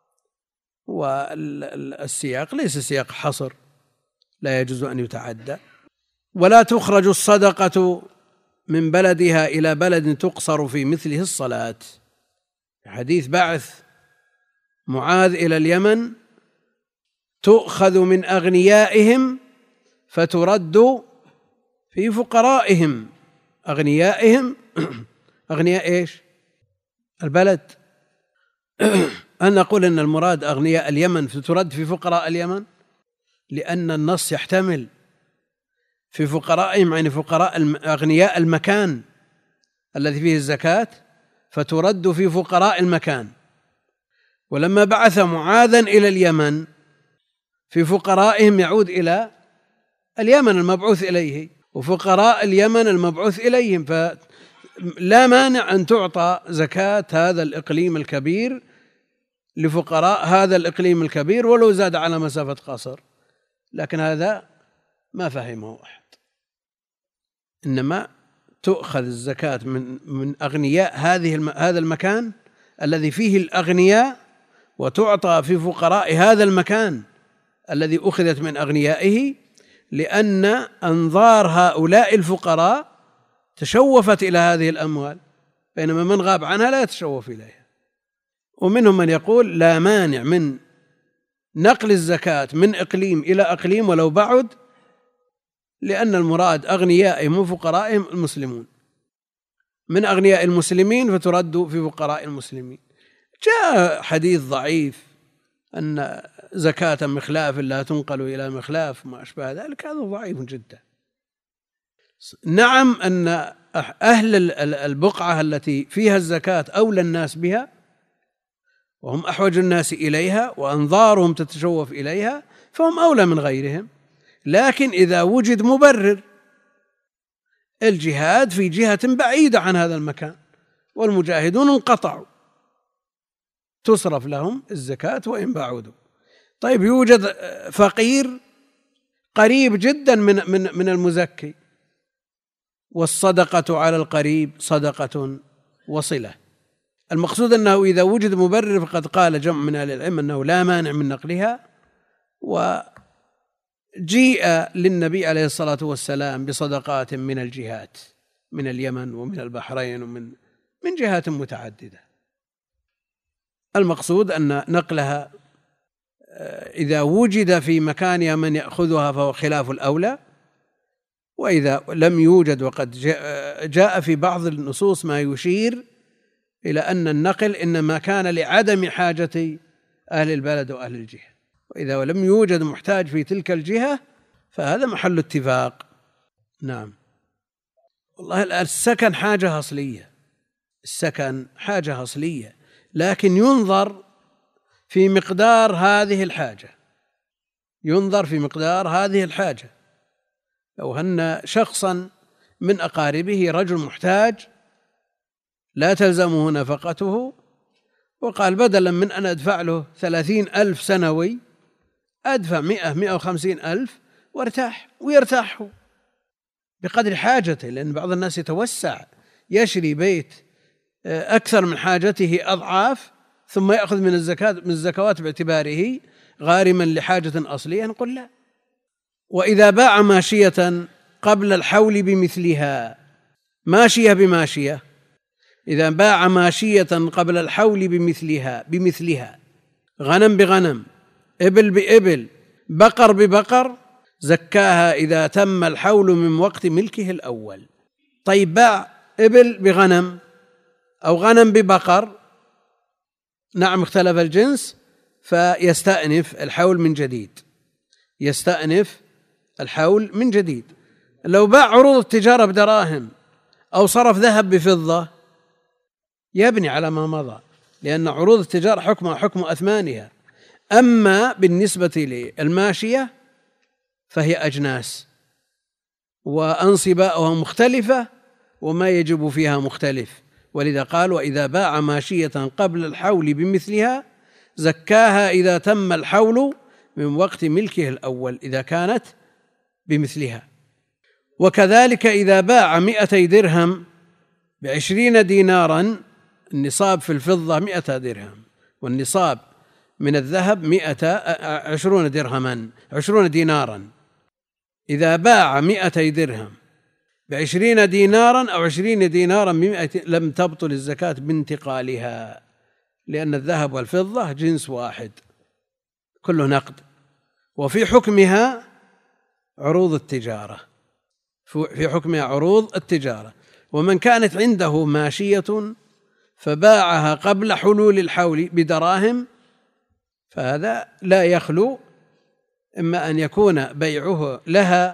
والسياق ليس سياق حصر لا يجوز أن يتعدى. ولا تخرج الصدقة من بلدها إلى بلد تقصر في مثله الصلاة. حديث بعث معاذ إلى اليمن تؤخذ من أغنيائهم فترد في فقرائهم. أغنيائهم أغنياء إيش؟ البلد. أن نقول أن المراد أغنياء اليمن فترد في فقراء اليمن، لأن النص يحتمل في فقرائهم يعني فقراء أغنياء المكان الذي فيه الزكاة فترد في فقراء المكان. ولما بعث معاذا إلى اليمن في فقرائهم يعود إلى اليمن المبعوث إليه، وفقراء اليمن المبعوث إليهم، فلا مانع أن تعطى زكاة هذا الإقليم الكبير لفقراء هذا الإقليم الكبير ولو زاد على مسافة قصر. لكن هذا ما فهمه أحد، إنما تؤخذ الزكاة من من أغنياء هذه هذا المكان الذي فيه الأغنياء، وتعطى في فقراء هذا المكان الذي أخذت من أغنيائه، لأن أنظار هؤلاء الفقراء تشوفت إلى هذه الأموال، بينما من غاب عنها لا يتشوف إليها. ومنهم من يقول لا مانع من نقل الزكاة من إقليم إلى إقليم ولو بعد، لأن المراد أغنيائهم وفقرائهم المسلمون، من أغنياء المسلمين فترد في فقراء المسلمين. جاء حديث ضعيف أن زكاة مخلاف لا تنقل إلى مخلاف ما أشبه ذلك، هذا ضعيف جدا. نعم أن أهل البقعة التي فيها الزكاة أولى الناس بها وهم أحوج الناس إليها وأنظارهم تتشوف إليها، فهم أولى من غيرهم. لكن إذا وجد مبرر، الجهاد في جهة بعيدة عن هذا المكان والمجاهدون انقطعوا، تصرف لهم الزكاة وإن بعودوا. طيب يوجد فقير قريب جدا من من من المزكي، والصدقة على القريب صدقة وصلة. المقصود أنه إذا وجد مبرر فقد قال جمع من أهل العلم أنه لا مانع من نقلها. وجيء للنبي عليه الصلاة والسلام بصدقات من الجهات، من اليمن ومن البحرين ومن من جهات متعددة. المقصود أن نقلها إذا وجد في مكانها من يأخذها فهو خلاف الأولى، وإذا لم يوجد وقد جاء في بعض النصوص ما يشير إلى أن النقل إنما كان لعدم حاجة أهل البلد وأهل الجهة، وإذا لم يوجد محتاج في تلك الجهة فهذا محل اتفاق. نعم. والله السكن حاجة أصلية، السكن حاجة أصلية، لكن ينظر في مقدار هذه الحاجة، ينظر في مقدار هذه الحاجة. لو أن شخصا من أقاربه رجل محتاج لا تلزمه نفقته، وقال بدلا من أن أدفع له ثلاثين ألف سنوي أدفع مئة مئة وخمسين ألف وارتاح، ويرتاح بقدر حاجته، لأن بعض الناس يتوسع يشري بيت أكثر من حاجته أضعاف ثم يأخذ من الزكاة من الزكوات باعتباره غارما لحاجة أصلية؟ نقول لا. وإذا باع ماشية قبل الحول بمثلها، ماشية بماشية، إذا باع ماشية قبل الحول بمثلها بمثلها غنم بغنم، إبل بإبل، بقر ببقر، زكاها إذا تم الحول من وقت ملكه الأول. طيب باع إبل بغنم أو غنم ببقر، نعم اختلف الجنس، فيستأنف الحول من جديد، يستأنف الحول من جديد. لو باع عروض التجارة بدراهم أو صرف ذهب بفضة يبني على ما مضى، لأن عروض التجارة حكمها حكم أثمانها. أما بالنسبة للماشية فهي أجناس وأنصباؤها مختلفة وما يجب فيها مختلف، ولذا قال وإذا باع ماشية قبل الحول بمثلها زكاها إذا تم الحول من وقت ملكه الأول إذا كانت بمثلها. وكذلك إذا باع مئتي درهم بعشرين دينارا، النصاب في الفضة مئة درهم والنصاب من الذهب مئة عشرون درهما عشرون دينارا، إذا باع مئتي درهم بعشرين دينارا أو عشرين دينارا بمئة لم تبطل الزكاة بانتقالها، لأن الذهب والفضة جنس واحد كله نقد، وفي حكمها عروض التجارة، في حكمها عروض التجارة. ومن كانت عنده ماشية فباعها قبل حلول الحول بدراهم فهذا لا يخلو إما أن يكون بيعه لها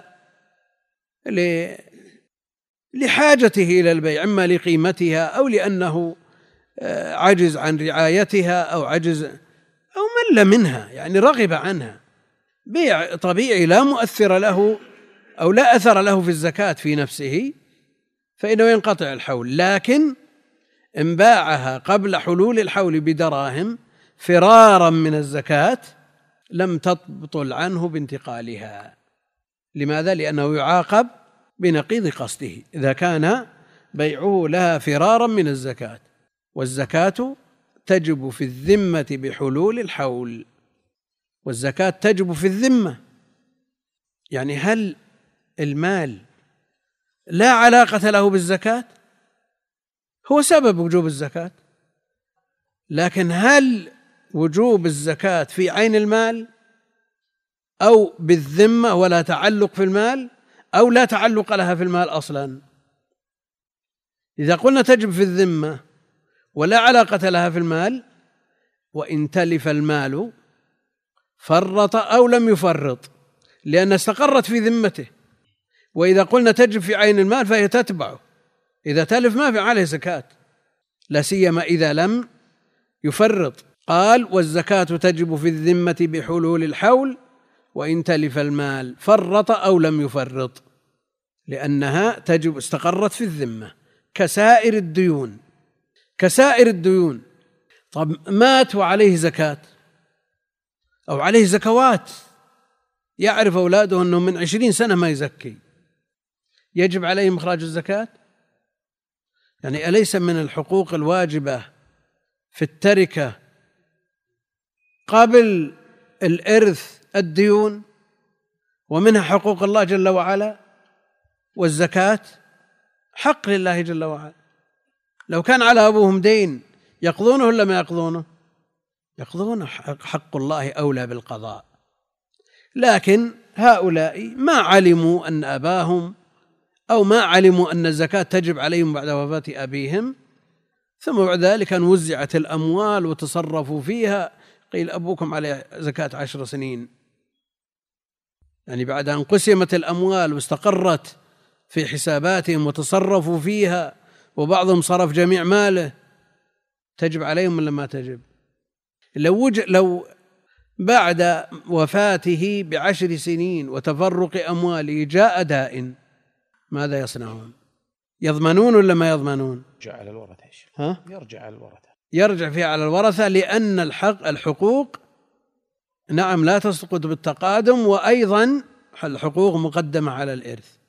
لحاجته إلى البيع، إما لقيمتها أو لأنه عجز عن رعايتها أو عجز أو مل منها، يعني رغب عنها، بيع طبيعي لا مؤثر له أو لا أثر له في الزكاة في نفسه فإنه ينقطع الحول. لكن إن باعها قبل حلول الحول بدراهم فرارا من الزكاة لم تبطل عنه بانتقالها. لماذا؟ لأنه يعاقب بنقيض قصده إذا كان بيعه لها فرارا من الزكاة، والزكاة تجب في الذمة بحلول الحول، والزكاة تجب في الذمة. يعني هل المال لا علاقة له بالزكاة؟ هو سبب وجوب الزكاة، لكن هل وجوب الزكاة في عين المال أو بالذمة ولا تعلق في المال أو لا تعلق لها في المال أصلا؟ إذا قلنا تجب في الذمة ولا علاقة لها في المال، وإن تلف المال فرط أو لم يفرط لأن استقرت في ذمته. وإذا قلنا تجب في عين المال فهي تتبعه، إذا تلف ما في عليه زكاة، لا سيما إذا لم يفرط. قال والزكاة تجب في الذمة بحلول الحول وإن تلف المال فرط أو لم يفرط، لأنها تجب استقرت في الذمة كسائر الديون كسائر الديون. طب مات وعليه زكاة أو عليه زكوات، يعرف أولاده أنه من عشرين سنة ما يزكي، يجب عليهم إخراج الزكاة؟ يعني أليس من الحقوق الواجبة في التركة قبل الإرث الديون، ومنها حقوق الله جل وعلا، والزكاة حق لله جل وعلا. لو كان على أبوهم دين يقضونه ولا ما يقضونه؟ يقضونه، حق الله أولى بالقضاء. لكن هؤلاء ما علموا أن أباهم أو ما علموا أن الزكاة تجب عليهم بعد وفاة أبيهم، ثم بعد ذلك أن وزعت الأموال وتصرفوا فيها، قيل أبوكم عليه زكاة عشر سنين، يعني بعد أن قسمت الأموال واستقرت في حساباتهم وتصرفوا فيها وبعضهم صرف جميع ماله، تجب عليهم ولا ما تجب؟ لو, وج... لو بعد وفاته بعشر سنين وتفرق أمواله جاء دائن، ماذا يصنعون؟ يضمنون ولا ما يضمنون؟ يرجع على الورثة. ها؟ يرجع على الورثة يرجع فيها على الورثة، لأن الحق الحقوق نعم لا تسقط بالتقادم، وأيضا الحقوق مقدمة على الإرث،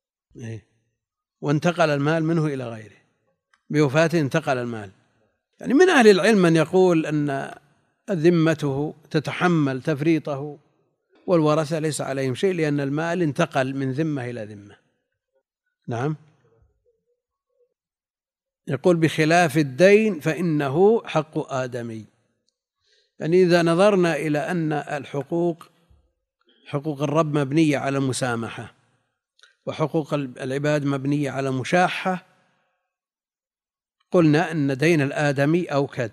وانتقل المال منه إلى غيره، بوفاته انتقل المال. يعني من أهل العلم من يقول أن ذمته تتحمل تفريطه، والورثة ليس عليهم شيء لأن المال انتقل من ذمة إلى ذمة. نعم. يقول بخلاف الدين فإنه حق آدمي، يعني إذا نظرنا إلى أن الحقوق حقوق الرب مبنية على المسامحة وحقوق العباد مبنية على مشاحة، قلنا أن دين الآدمي أوكد،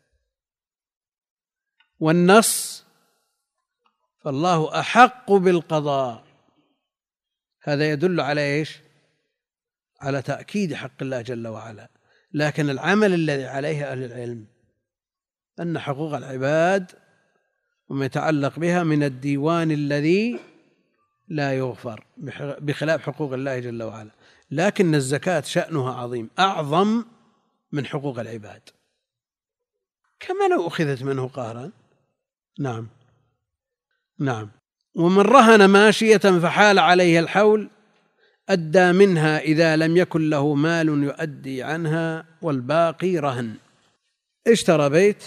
والنص فالله أحق بالقضاء، هذا يدل على إيش؟ على تأكيد حق الله جل وعلا. لكن العمل الذي عليه أهل العلم أن حقوق العباد وما يتعلق بها من الديوان الذي لا يغفر بخلاف حقوق الله جل وعلا. لكن الزكاة شأنها عظيم، أعظم من حقوق العباد، كما لو أخذت منه قهرا. نعم نعم. ومن رهن ماشية فحال عليه الحول أدى منها إذا لم يكن له مال يؤدي عنها والباقي رهن. اشترى بيت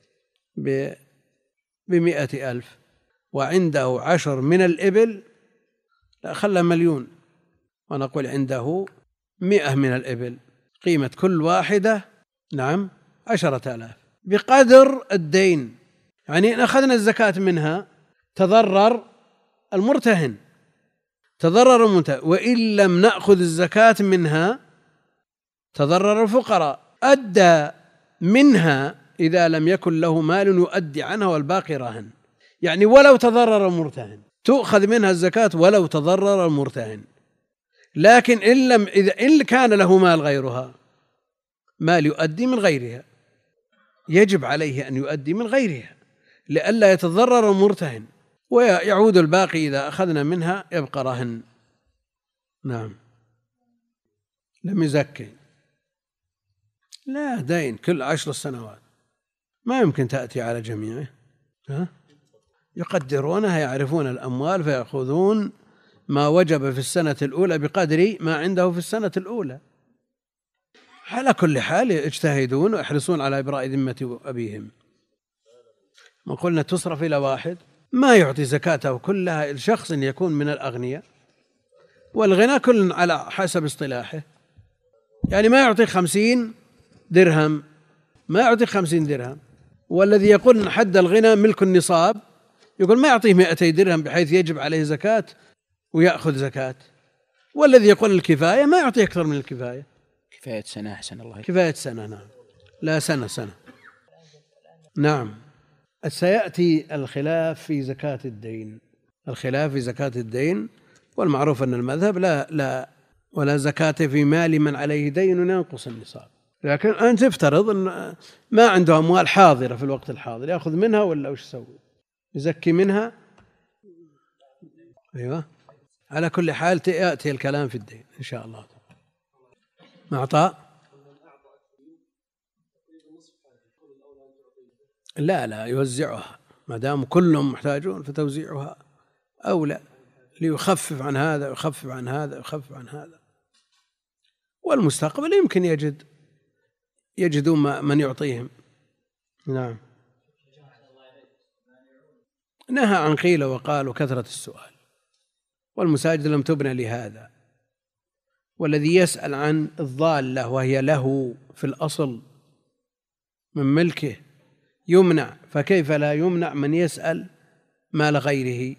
بمئة ألف وعنده عشر من الإبل، لا خلى مليون، ونقول عنده مئة من الإبل، قيمة كل واحدة نعم عشرة آلاف بقدر الدين. يعني إن أخذنا الزكاة منها تضرر المرتهن تضرر المرتهن، وإن لم نأخذ الزكاة منها تضرر الفقراء. أدى منها إذا لم يكن له مال يؤدي عنها والباقي راهن، يعني ولو تضرر المرتهن تؤخذ منها الزكاة ولو تضرر المرتهن. لكن إن لم إذا إن كان له مال غيرها، مال يؤدي من غيرها، يجب عليه أن يؤدي من غيرها لئلا يتضرر المرتهن، ويعود الباقي إذا أخذنا منها يبقى رهن. نعم. لم يزكي، لا دين كل عشر سنوات، ما يمكن تأتي على جميعه. ها؟ يقدرونها، يعرفون الأموال فيأخذون ما وجب في السنة الأولى بقدر ما عنده في السنة الأولى. على كل حال يجتهدون ويحرصون على إبراء ذمة أبيهم. ما قلنا تصرف إلى واحد، ما يعطي زكاته كلها الشخص يكون من الأغنياء، والغنى كل على حسب اصطلاحه، يعني ما يعطي خمسين درهم ما يعطي خمسين درهم، والذي يقول أن حد الغنى ملك النصاب يقول ما يعطيه مئتي درهم بحيث يجب عليه زكاة ويأخذ زكاة، والذي يقول الكفاية ما يعطيه أكثر من الكفاية. كفاية سنة أحسن الله. كفاية سنة. نعم. لا سنة سنة. نعم. سيأتي الخلاف في زكاة الدين، الخلاف في زكاة الدين، والمعروف أن المذهب لا لا ولا زكاة في مال من عليه دين ينقص النصاب. لكن أنت تفترض أن ما عنده أموال حاضرة في الوقت الحاضر، يأخذ منها ولا وش يسوي؟ يزكي منها؟ أيوة. على كل حال يأتي الكلام في الدين إن شاء الله. معطاء؟ لا لا يوزعها، ما دام كلهم محتاجون فتوزيعها أولى، ليخفف عن هذا ويخفف عن هذا ويخفف عن هذا، والمستقبل يمكن يجد يجدون من يعطيهم. نعم. نهى عن قيل وقال وكثرة السؤال، والمساجد لم تبنى لهذا، والذي يسأل عن الضالة وهي له في الأصل من ملكه يمنع، فكيف لا يمنع من يسأل مال غيره؟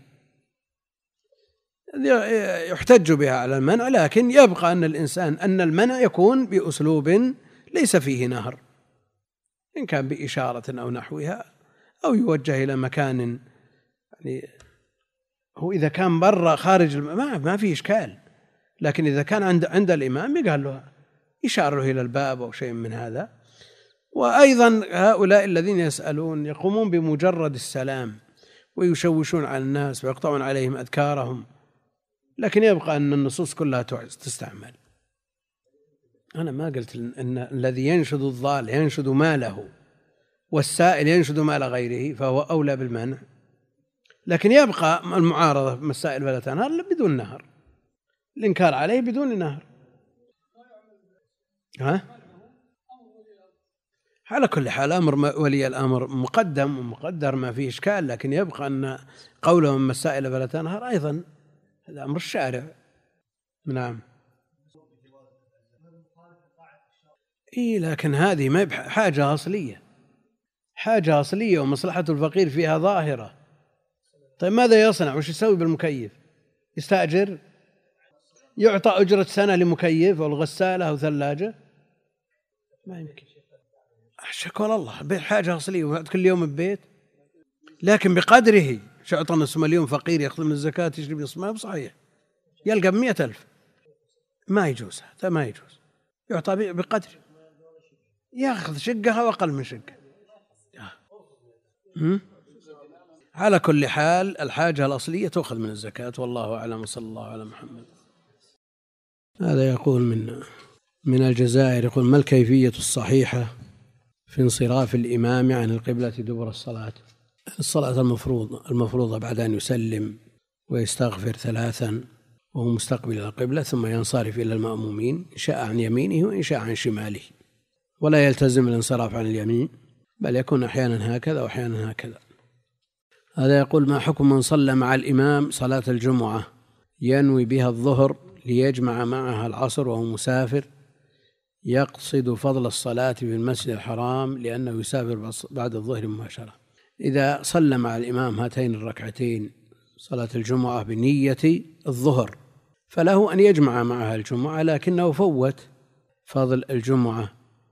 يحتج بها على المنع، لكن يبقى أن الإنسان أن المنع يكون بأسلوب ليس فيه نهر، إن كان بإشارة أو نحوها، أو يوجه إلى مكان، يعني هو إذا كان برا خارج ما ما في إشكال، لكن إذا كان عند عند الإمام يقال له يشار له إلى الباب أو شيء من هذا. وأيضا هؤلاء الذين يسألون يقومون بمجرد السلام ويشوشون على الناس ويقطعون عليهم أذكارهم، لكن يبقى أن النصوص كلها تستعمل. أنا ما قلت أن الذي ينشد الضال ينشد ماله والسائل ينشد مال غيره فهو أولى بالمنع، لكن يبقى المعارضة مسائل فلا تنهر بدون نهر، الإنكار عليه بدون نهر. ها؟ على كل حال أمر ولي الأمر مقدم ومقدر ما فيه إشكال، لكن يبقى أن قوله من السائل فلا تنهر أيضا هذا أمر الشارع. نعم. إيه لكن هذه ما حاجة أصلية، حاجة أصلية ومصلحة الفقير فيها ظاهرة. طيب ماذا يصنع؟ وش يسوي بالمكيف؟ يستأجر؟ يعطى أجرة سنة لمكيف أو الغسالة أو ثلاجة؟ ما يمكن. شكر الله حاجة أصلية ويعطي كل يوم ببيت، لكن بقدره. شعط نصف مليون فقير يأخذ من الزكاة يشرب يصمها بصحيح يلقى بمئة ألف، ما يجوز، هذا ما يجوز. يعطى بقدر، يأخذ شقها وأقل من شقة. على كل حال الحاجة الأصلية تأخذ من الزكاة، والله أعلم. صلى الله على محمد. هذا يقول من من الجزائر، يقول: ما الكيفية الصحيحة في انصراف الإمام عن القبلة دبر الصلاة؟ الصلاة المفروض المفروضة بعد أن يسلم ويستغفر ثلاثا وهو مستقبل القبلة، ثم ينصرف إلى المأمومين إن شاء عن يمينه وإن شاء عن شماله، ولا يلتزم الانصراف عن اليمين، بل يكون أحيانا هكذا وأحيانا هكذا. هذا يقول: ما حكم من صلى مع الإمام صلاة الجمعة ينوي بها الظهر ليجمع معها العصر وهو مسافر، يقصد فضل الصلاة في المسجد الحرام لأنه يسافر بعد الظهر مباشرة؟ إذا صلى مع الإمام هاتين الركعتين صلاة الجمعة بنية الظهر فله أن يجمع معها الجمعة، لكنه فوت فضل الجمعة،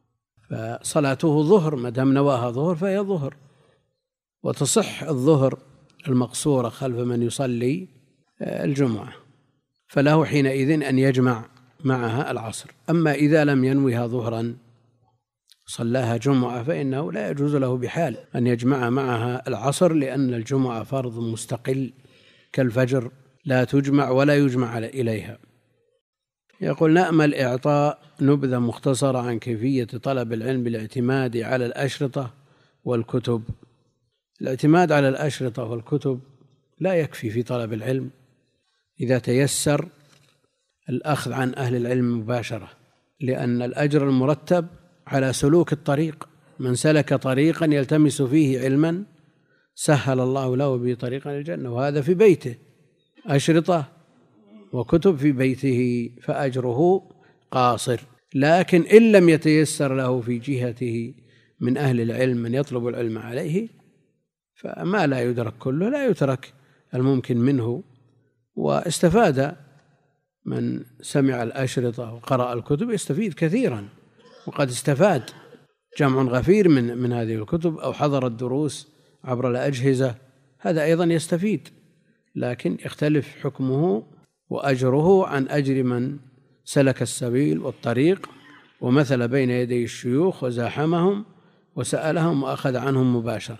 فصلاته ظهر، ما دام نواها ظهر فهي ظهر، وتصح الظهر المقصورة خلف من يصلي الجمعة، فله حينئذ أن يجمع معها العصر. أما إذا لم ينويها ظهرا صلاها جمعة فإنه لا يجوز له بحال أن يجمع معها العصر، لأن الجمعة فرض مستقل كالفجر لا تجمع ولا يجمع إليها. يقول: نأمل إعطاء نبذة مختصرة عن كيفية طلب العلم بالاعتماد على الأشرطة والكتب. الاعتماد على الأشرطة والكتب لا يكفي في طلب العلم إذا تيسر الأخذ عن أهل العلم مباشرة، لأن الأجر المرتب على سلوك الطريق، من سلك طريقا يلتمس فيه علما سهل الله له به طريقا الجنة، وهذا في بيته، أشرطة وكتب في بيته، فأجره قاصر. لكن إن لم يتيسر له في جهته من أهل العلم من يطلب العلم عليه، فما لا يدرك كله لا يترك الممكن منه. واستفاد من سمع الأشرطة وقرأ الكتب يستفيد كثيرا، وقد استفاد جمع غفير من من هذه الكتب أو حضر الدروس عبر الأجهزة، هذا أيضا يستفيد، لكن يختلف حكمه وأجره عن أجر من سلك السبيل والطريق ومثل بين يدي الشيوخ وزاحمهم وسألهم وأخذ عنهم مباشرة.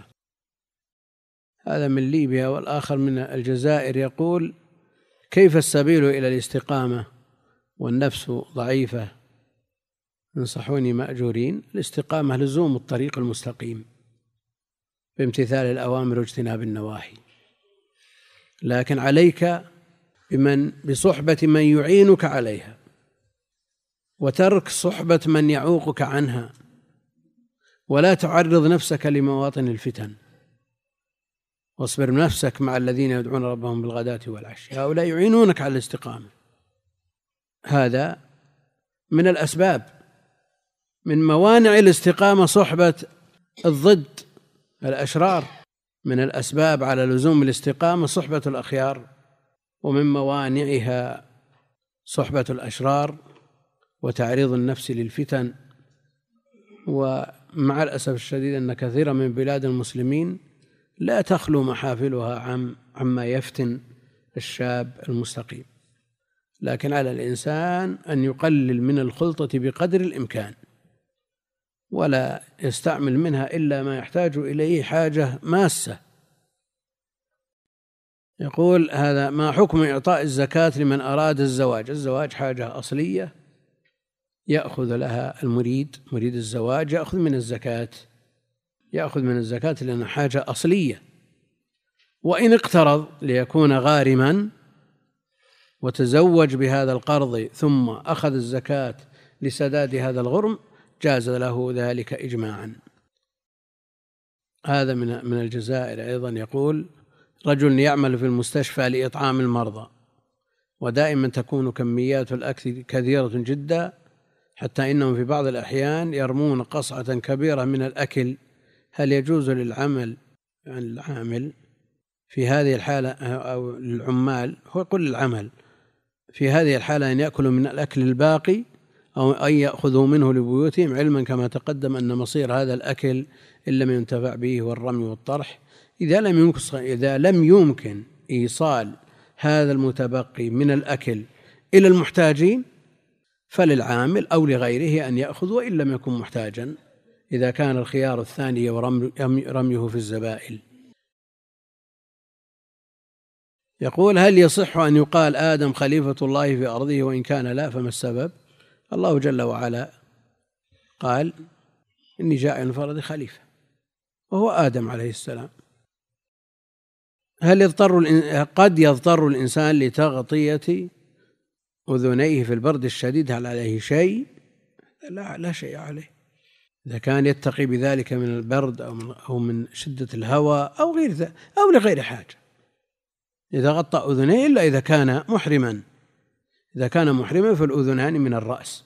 هذا من ليبيا. والآخر من الجزائر يقول: كيف السبيل إلى الاستقامة والنفس ضعيفة؟ انصحوني مأجورين. الاستقامة لزوم الطريق المستقيم بامتثال الأوامر واجتناب النواهي، لكن عليك بمن بصحبة من يعينك عليها، وترك صحبة من يعوقك عنها، ولا تعرض نفسك لمواطن الفتن، واصبر نفسك مع الذين يدعون ربهم بالغداة والعشي، هؤلاء يعينونك على الاستقامة. هذا من الأسباب، من موانع الاستقامة صحبة الضد الأشرار، من الأسباب على لزوم الاستقامة صحبة الأخيار، ومن موانعها صحبة الأشرار وتعريض النفس للفتن. ومع الأسف الشديد أن كثيرا من بلاد المسلمين لا تخلو محافلها عن عما يفتن الشاب المستقيم، لكن على الإنسان أن يقلل من الخلطة بقدر الإمكان، ولا يستعمل منها إلا ما يحتاج إليه حاجة ماسة. يقول: هذا ما حكم إعطاء الزكاة لمن أراد الزواج؟ الزواج حاجة أصلية يأخذ لها المريد، مريد الزواج يأخذ من الزكاة، يأخذ من الزكاة لأنها حاجة أصلية. وإن اقترض ليكون غارما وتزوج بهذا القرض ثم أخذ الزكاة لسداد هذا الغرم جاز له ذلك إجماعا. هذا من من الجزائر أيضا، يقول: رجل يعمل في المستشفى لإطعام المرضى، ودائما تكون كميات الأكل كثيرة جدا، حتى إنهم في بعض الأحيان يرمون قصعة كبيرة من الأكل. هل يجوز للعمل يعني العامل في هذه الحالة أو للعمال، هو يقول العمل في هذه الحالة، أن يأكلوا من الأكل الباقي أو أن يأخذوا منه لبيوتهم، علما كما تقدم أن مصير هذا الأكل إن لم ينتفع به والرمي والطرح. إذا لم يمكن إذا لم يمكن إيصال هذا المتبقي من الأكل إلى المحتاجين فللعامل أو لغيره أن يأخذ وإن لم يكن محتاجا، إذا كان الخيار الثاني رميه في الزبائل. يقول: هل يصح أن يقال آدم خليفة الله في أرضه، وإن كان لا فما السبب؟ الله جل وعلا قال: إني جاعل في الأرض خليفة، وهو آدم عليه السلام. هل يضطر قد يضطر الإنسان لتغطية أذنيه في البرد الشديد، هل عليه شيء؟ لا لا شيء عليه، إذا كان يتقي بذلك من البرد أو من, أو من شدة الهواء أو غير ذلك أو لغير حاجة، إذا غطى أذنيه إلا إذا كان محرما. إذا كان محرما فالأذنان من الرأس.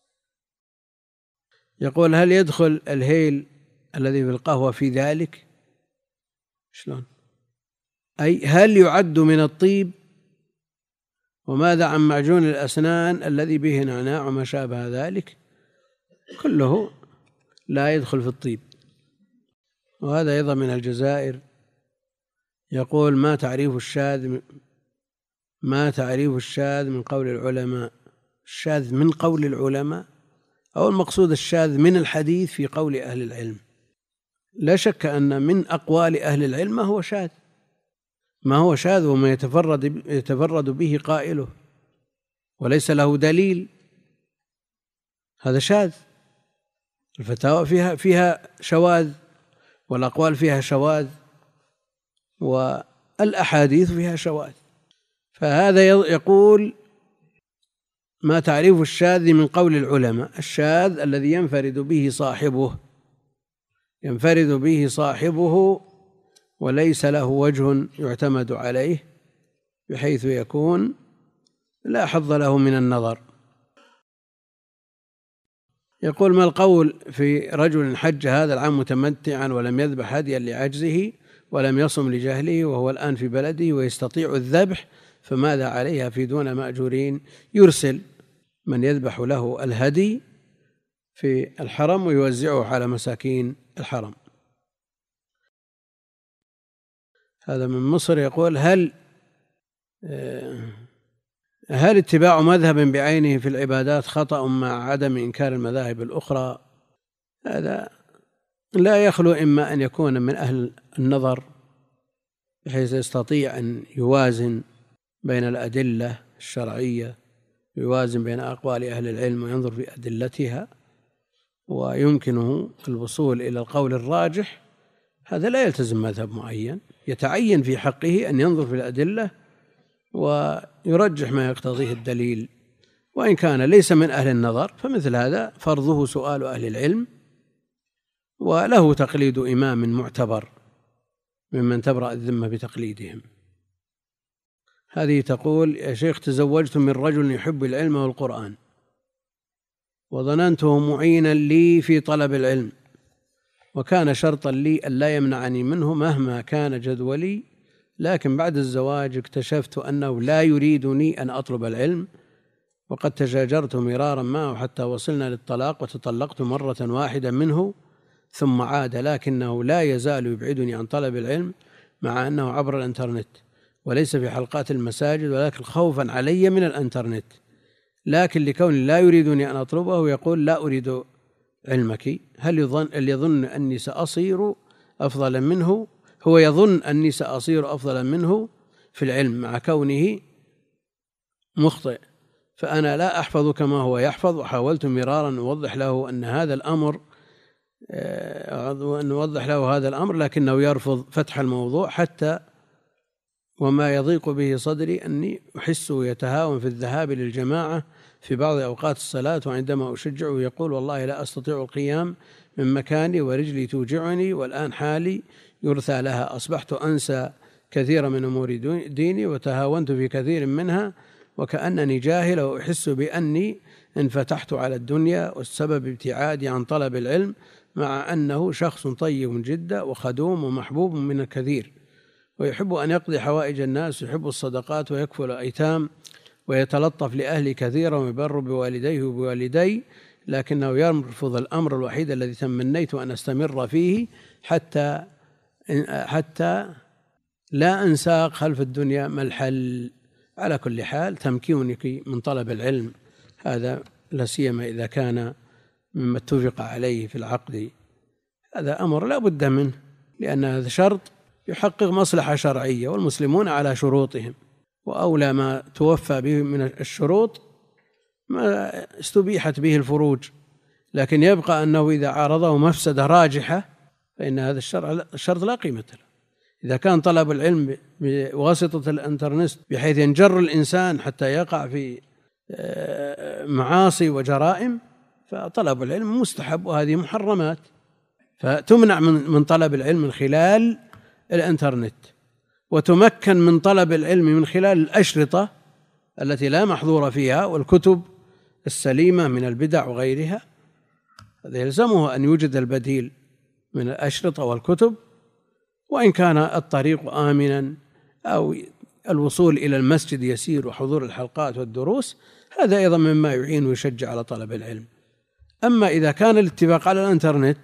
يقول: هل يدخل الهيل الذي في القهوة في ذلك؟ شلون؟ أي هل يعد من الطيب؟ وماذا عن معجون الأسنان الذي به نعناع وما شابه ذلك؟ كله لا يدخل في الطيب. وهذا أيضا من الجزائر، يقول: ما تعريف الشاذ ما تعريف الشاذ من قول العلماء؟ الشاذ من قول العلماء أو المقصود الشاذ من الحديث في قول أهل العلم؟ لا شك أن من أقوال أهل العلم ما هو شاذ، ما هو شاذ وما يتفرد يتفرد به قائله وليس له دليل، هذا شاذ. الفتاوى فيها فيها شواذ، والأقوال فيها شواذ، والأحاديث فيها شواذ. فهذا يقول: ما تعريف الشاذ من قول العلماء؟ الشاذ الذي ينفرد به صاحبه ينفرد به صاحبه وليس له وجه يعتمد عليه، بحيث يكون لا حظ له من النظر. يقول: ما القول في رجل حج هذا العام متمتعا ولم يذبح هديا لعجزه ولم يصم لجهله، وهو الآن في بلده ويستطيع الذبح، فماذا عليها في دون مأجورين؟ يرسل من يذبح له الهدي في الحرم ويوزعه على مساكين الحرم. هذا من مصر. يقول: هل هل اتباع مذهب بعينه في العبادات خطأ مع عدم إنكار المذاهب الأخرى؟ هذا لا يخلو إما أن يكون من أهل النظر بحيث يستطيع أن يوازن بين الأدلة الشرعية، يوازن بين أقوال أهل العلم وينظر في أدلتها، ويمكنه الوصول إلى القول الراجح. هذا لا يلتزم مذهب معين، يتعين في حقه أن ينظر في الأدلة ويرجح ما يقتضيه الدليل. وإن كان ليس من أهل النظر فمثل هذا فرضه سؤال أهل العلم، وله تقليد إمام معتبر ممن تبرأ الذمة بتقليدهم. هذه تقول: يا شيخ، تزوجت من رجل يحب العلم والقرآن، وظننته معينا لي في طلب العلم، وكان شرطا لي ألا يمنعني منه مهما كان جدولي، لكن بعد الزواج اكتشفت أنه لا يريدني أن أطلب العلم، وقد تشاجرت مرارا معه حتى وصلنا للطلاق، وتطلقت مرة واحدة منه ثم عاد، لكنه لا يزال يبعدني عن طلب العلم مع أنه عبر الإنترنت وليس في حلقات المساجد، ولكن خوفا علي من الإنترنت، لكن لكوني لا يريدني أن أطلبه يقول: لا أريد علمك. هل يظن, هل يظن أني سأصير أفضل منه؟ هو يظن أني سأصير أفضل منه في العلم مع كونه مخطئ، فأنا لا أحفظ كما هو يحفظ. وحاولت مرارا أن أوضح له أن هذا الأمر أن أوضح له هذا الأمر لكنه يرفض فتح الموضوع حتى وما يضيق به صدري أني أحسه يتهاون في الذهاب للجماعة في بعض أوقات الصلاة، وعندما أشجعه يقول والله لا أستطيع القيام من مكاني ورجلي توجعني والآن حالي يرثى لها، أصبحت أنسى كثيرا من أمور ديني وتهاونت في كثير منها وكأنني جاهل، وأحس بأني انفتحت على الدنيا والسبب ابتعادي عن طلب العلم، مع أنه شخص طيب جدا وخدوم ومحبوب من الكثير، ويحب أن يقضي حوائج الناس، يحب الصدقات ويكفل الأيتام ويتلطف لأهله كثيرا ويبر بوالديه وبوالدي، لكنه يرفض الأمر الوحيد الذي تمنيت أن أستمر فيه حتى حتى لا أنساق خلف الدنيا ما الحل. على كل حال تمكينك من طلب العلم هذا لا سيما إذا كان مما اتفق عليه في العقد، هذا أمر لا بد منه، لأن هذا شرط يحقق مصلحة شرعية، والمسلمون على شروطهم، وأولى ما توفى به من الشروط ما استبيحت به الفروج، لكن يبقى أنه إذا عارضه مفسدة راجحة فإن هذا الشرط لا قيمة له. إذا كان طلب العلم بواسطة الإنترنت بحيث ينجر الإنسان حتى يقع في معاصي وجرائم، فطلب العلم مستحب وهذه محرمات، فتمنع من طلب العلم من خلال الإنترنت، وتمكن من طلب العلم من خلال الأشرطة التي لا محظور فيها والكتب السليمة من البدع وغيرها. هذا يلزمه أن يوجد البديل من الأشرطة والكتب، وإن كان الطريق آمنا أو الوصول إلى المسجد يسير وحضور الحلقات والدروس، هذا أيضا مما يعين ويشجع على طلب العلم. أما إذا كان الاتفاق على الإنترنت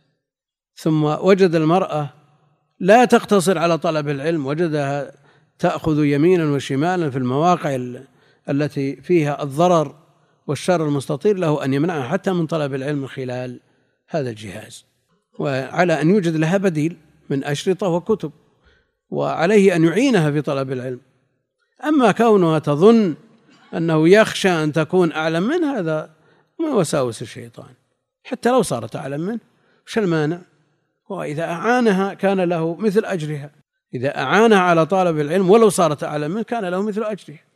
ثم وجد المرأة لا تقتصر على طلب العلم، وجدها تأخذ يمينا وشمالا في المواقع التي فيها الضرر والشر المستطير، له أن يمنعها حتى من طلب العلم من خلال هذا الجهاز، وعلى أن يوجد لها بديل من أشرطة وكتب، وعليه أن يعينها في طلب العلم. أما كونها تظن أنه يخشى أن تكون أعلم منه، هذا من وساوس الشيطان، حتى لو صارت أعلم منه وش المانع؟ وإذا أعانها كان له مثل أجرها، إذا أعانها على طلب العلم ولو صارت أعلم منه كان له مثل أجرها.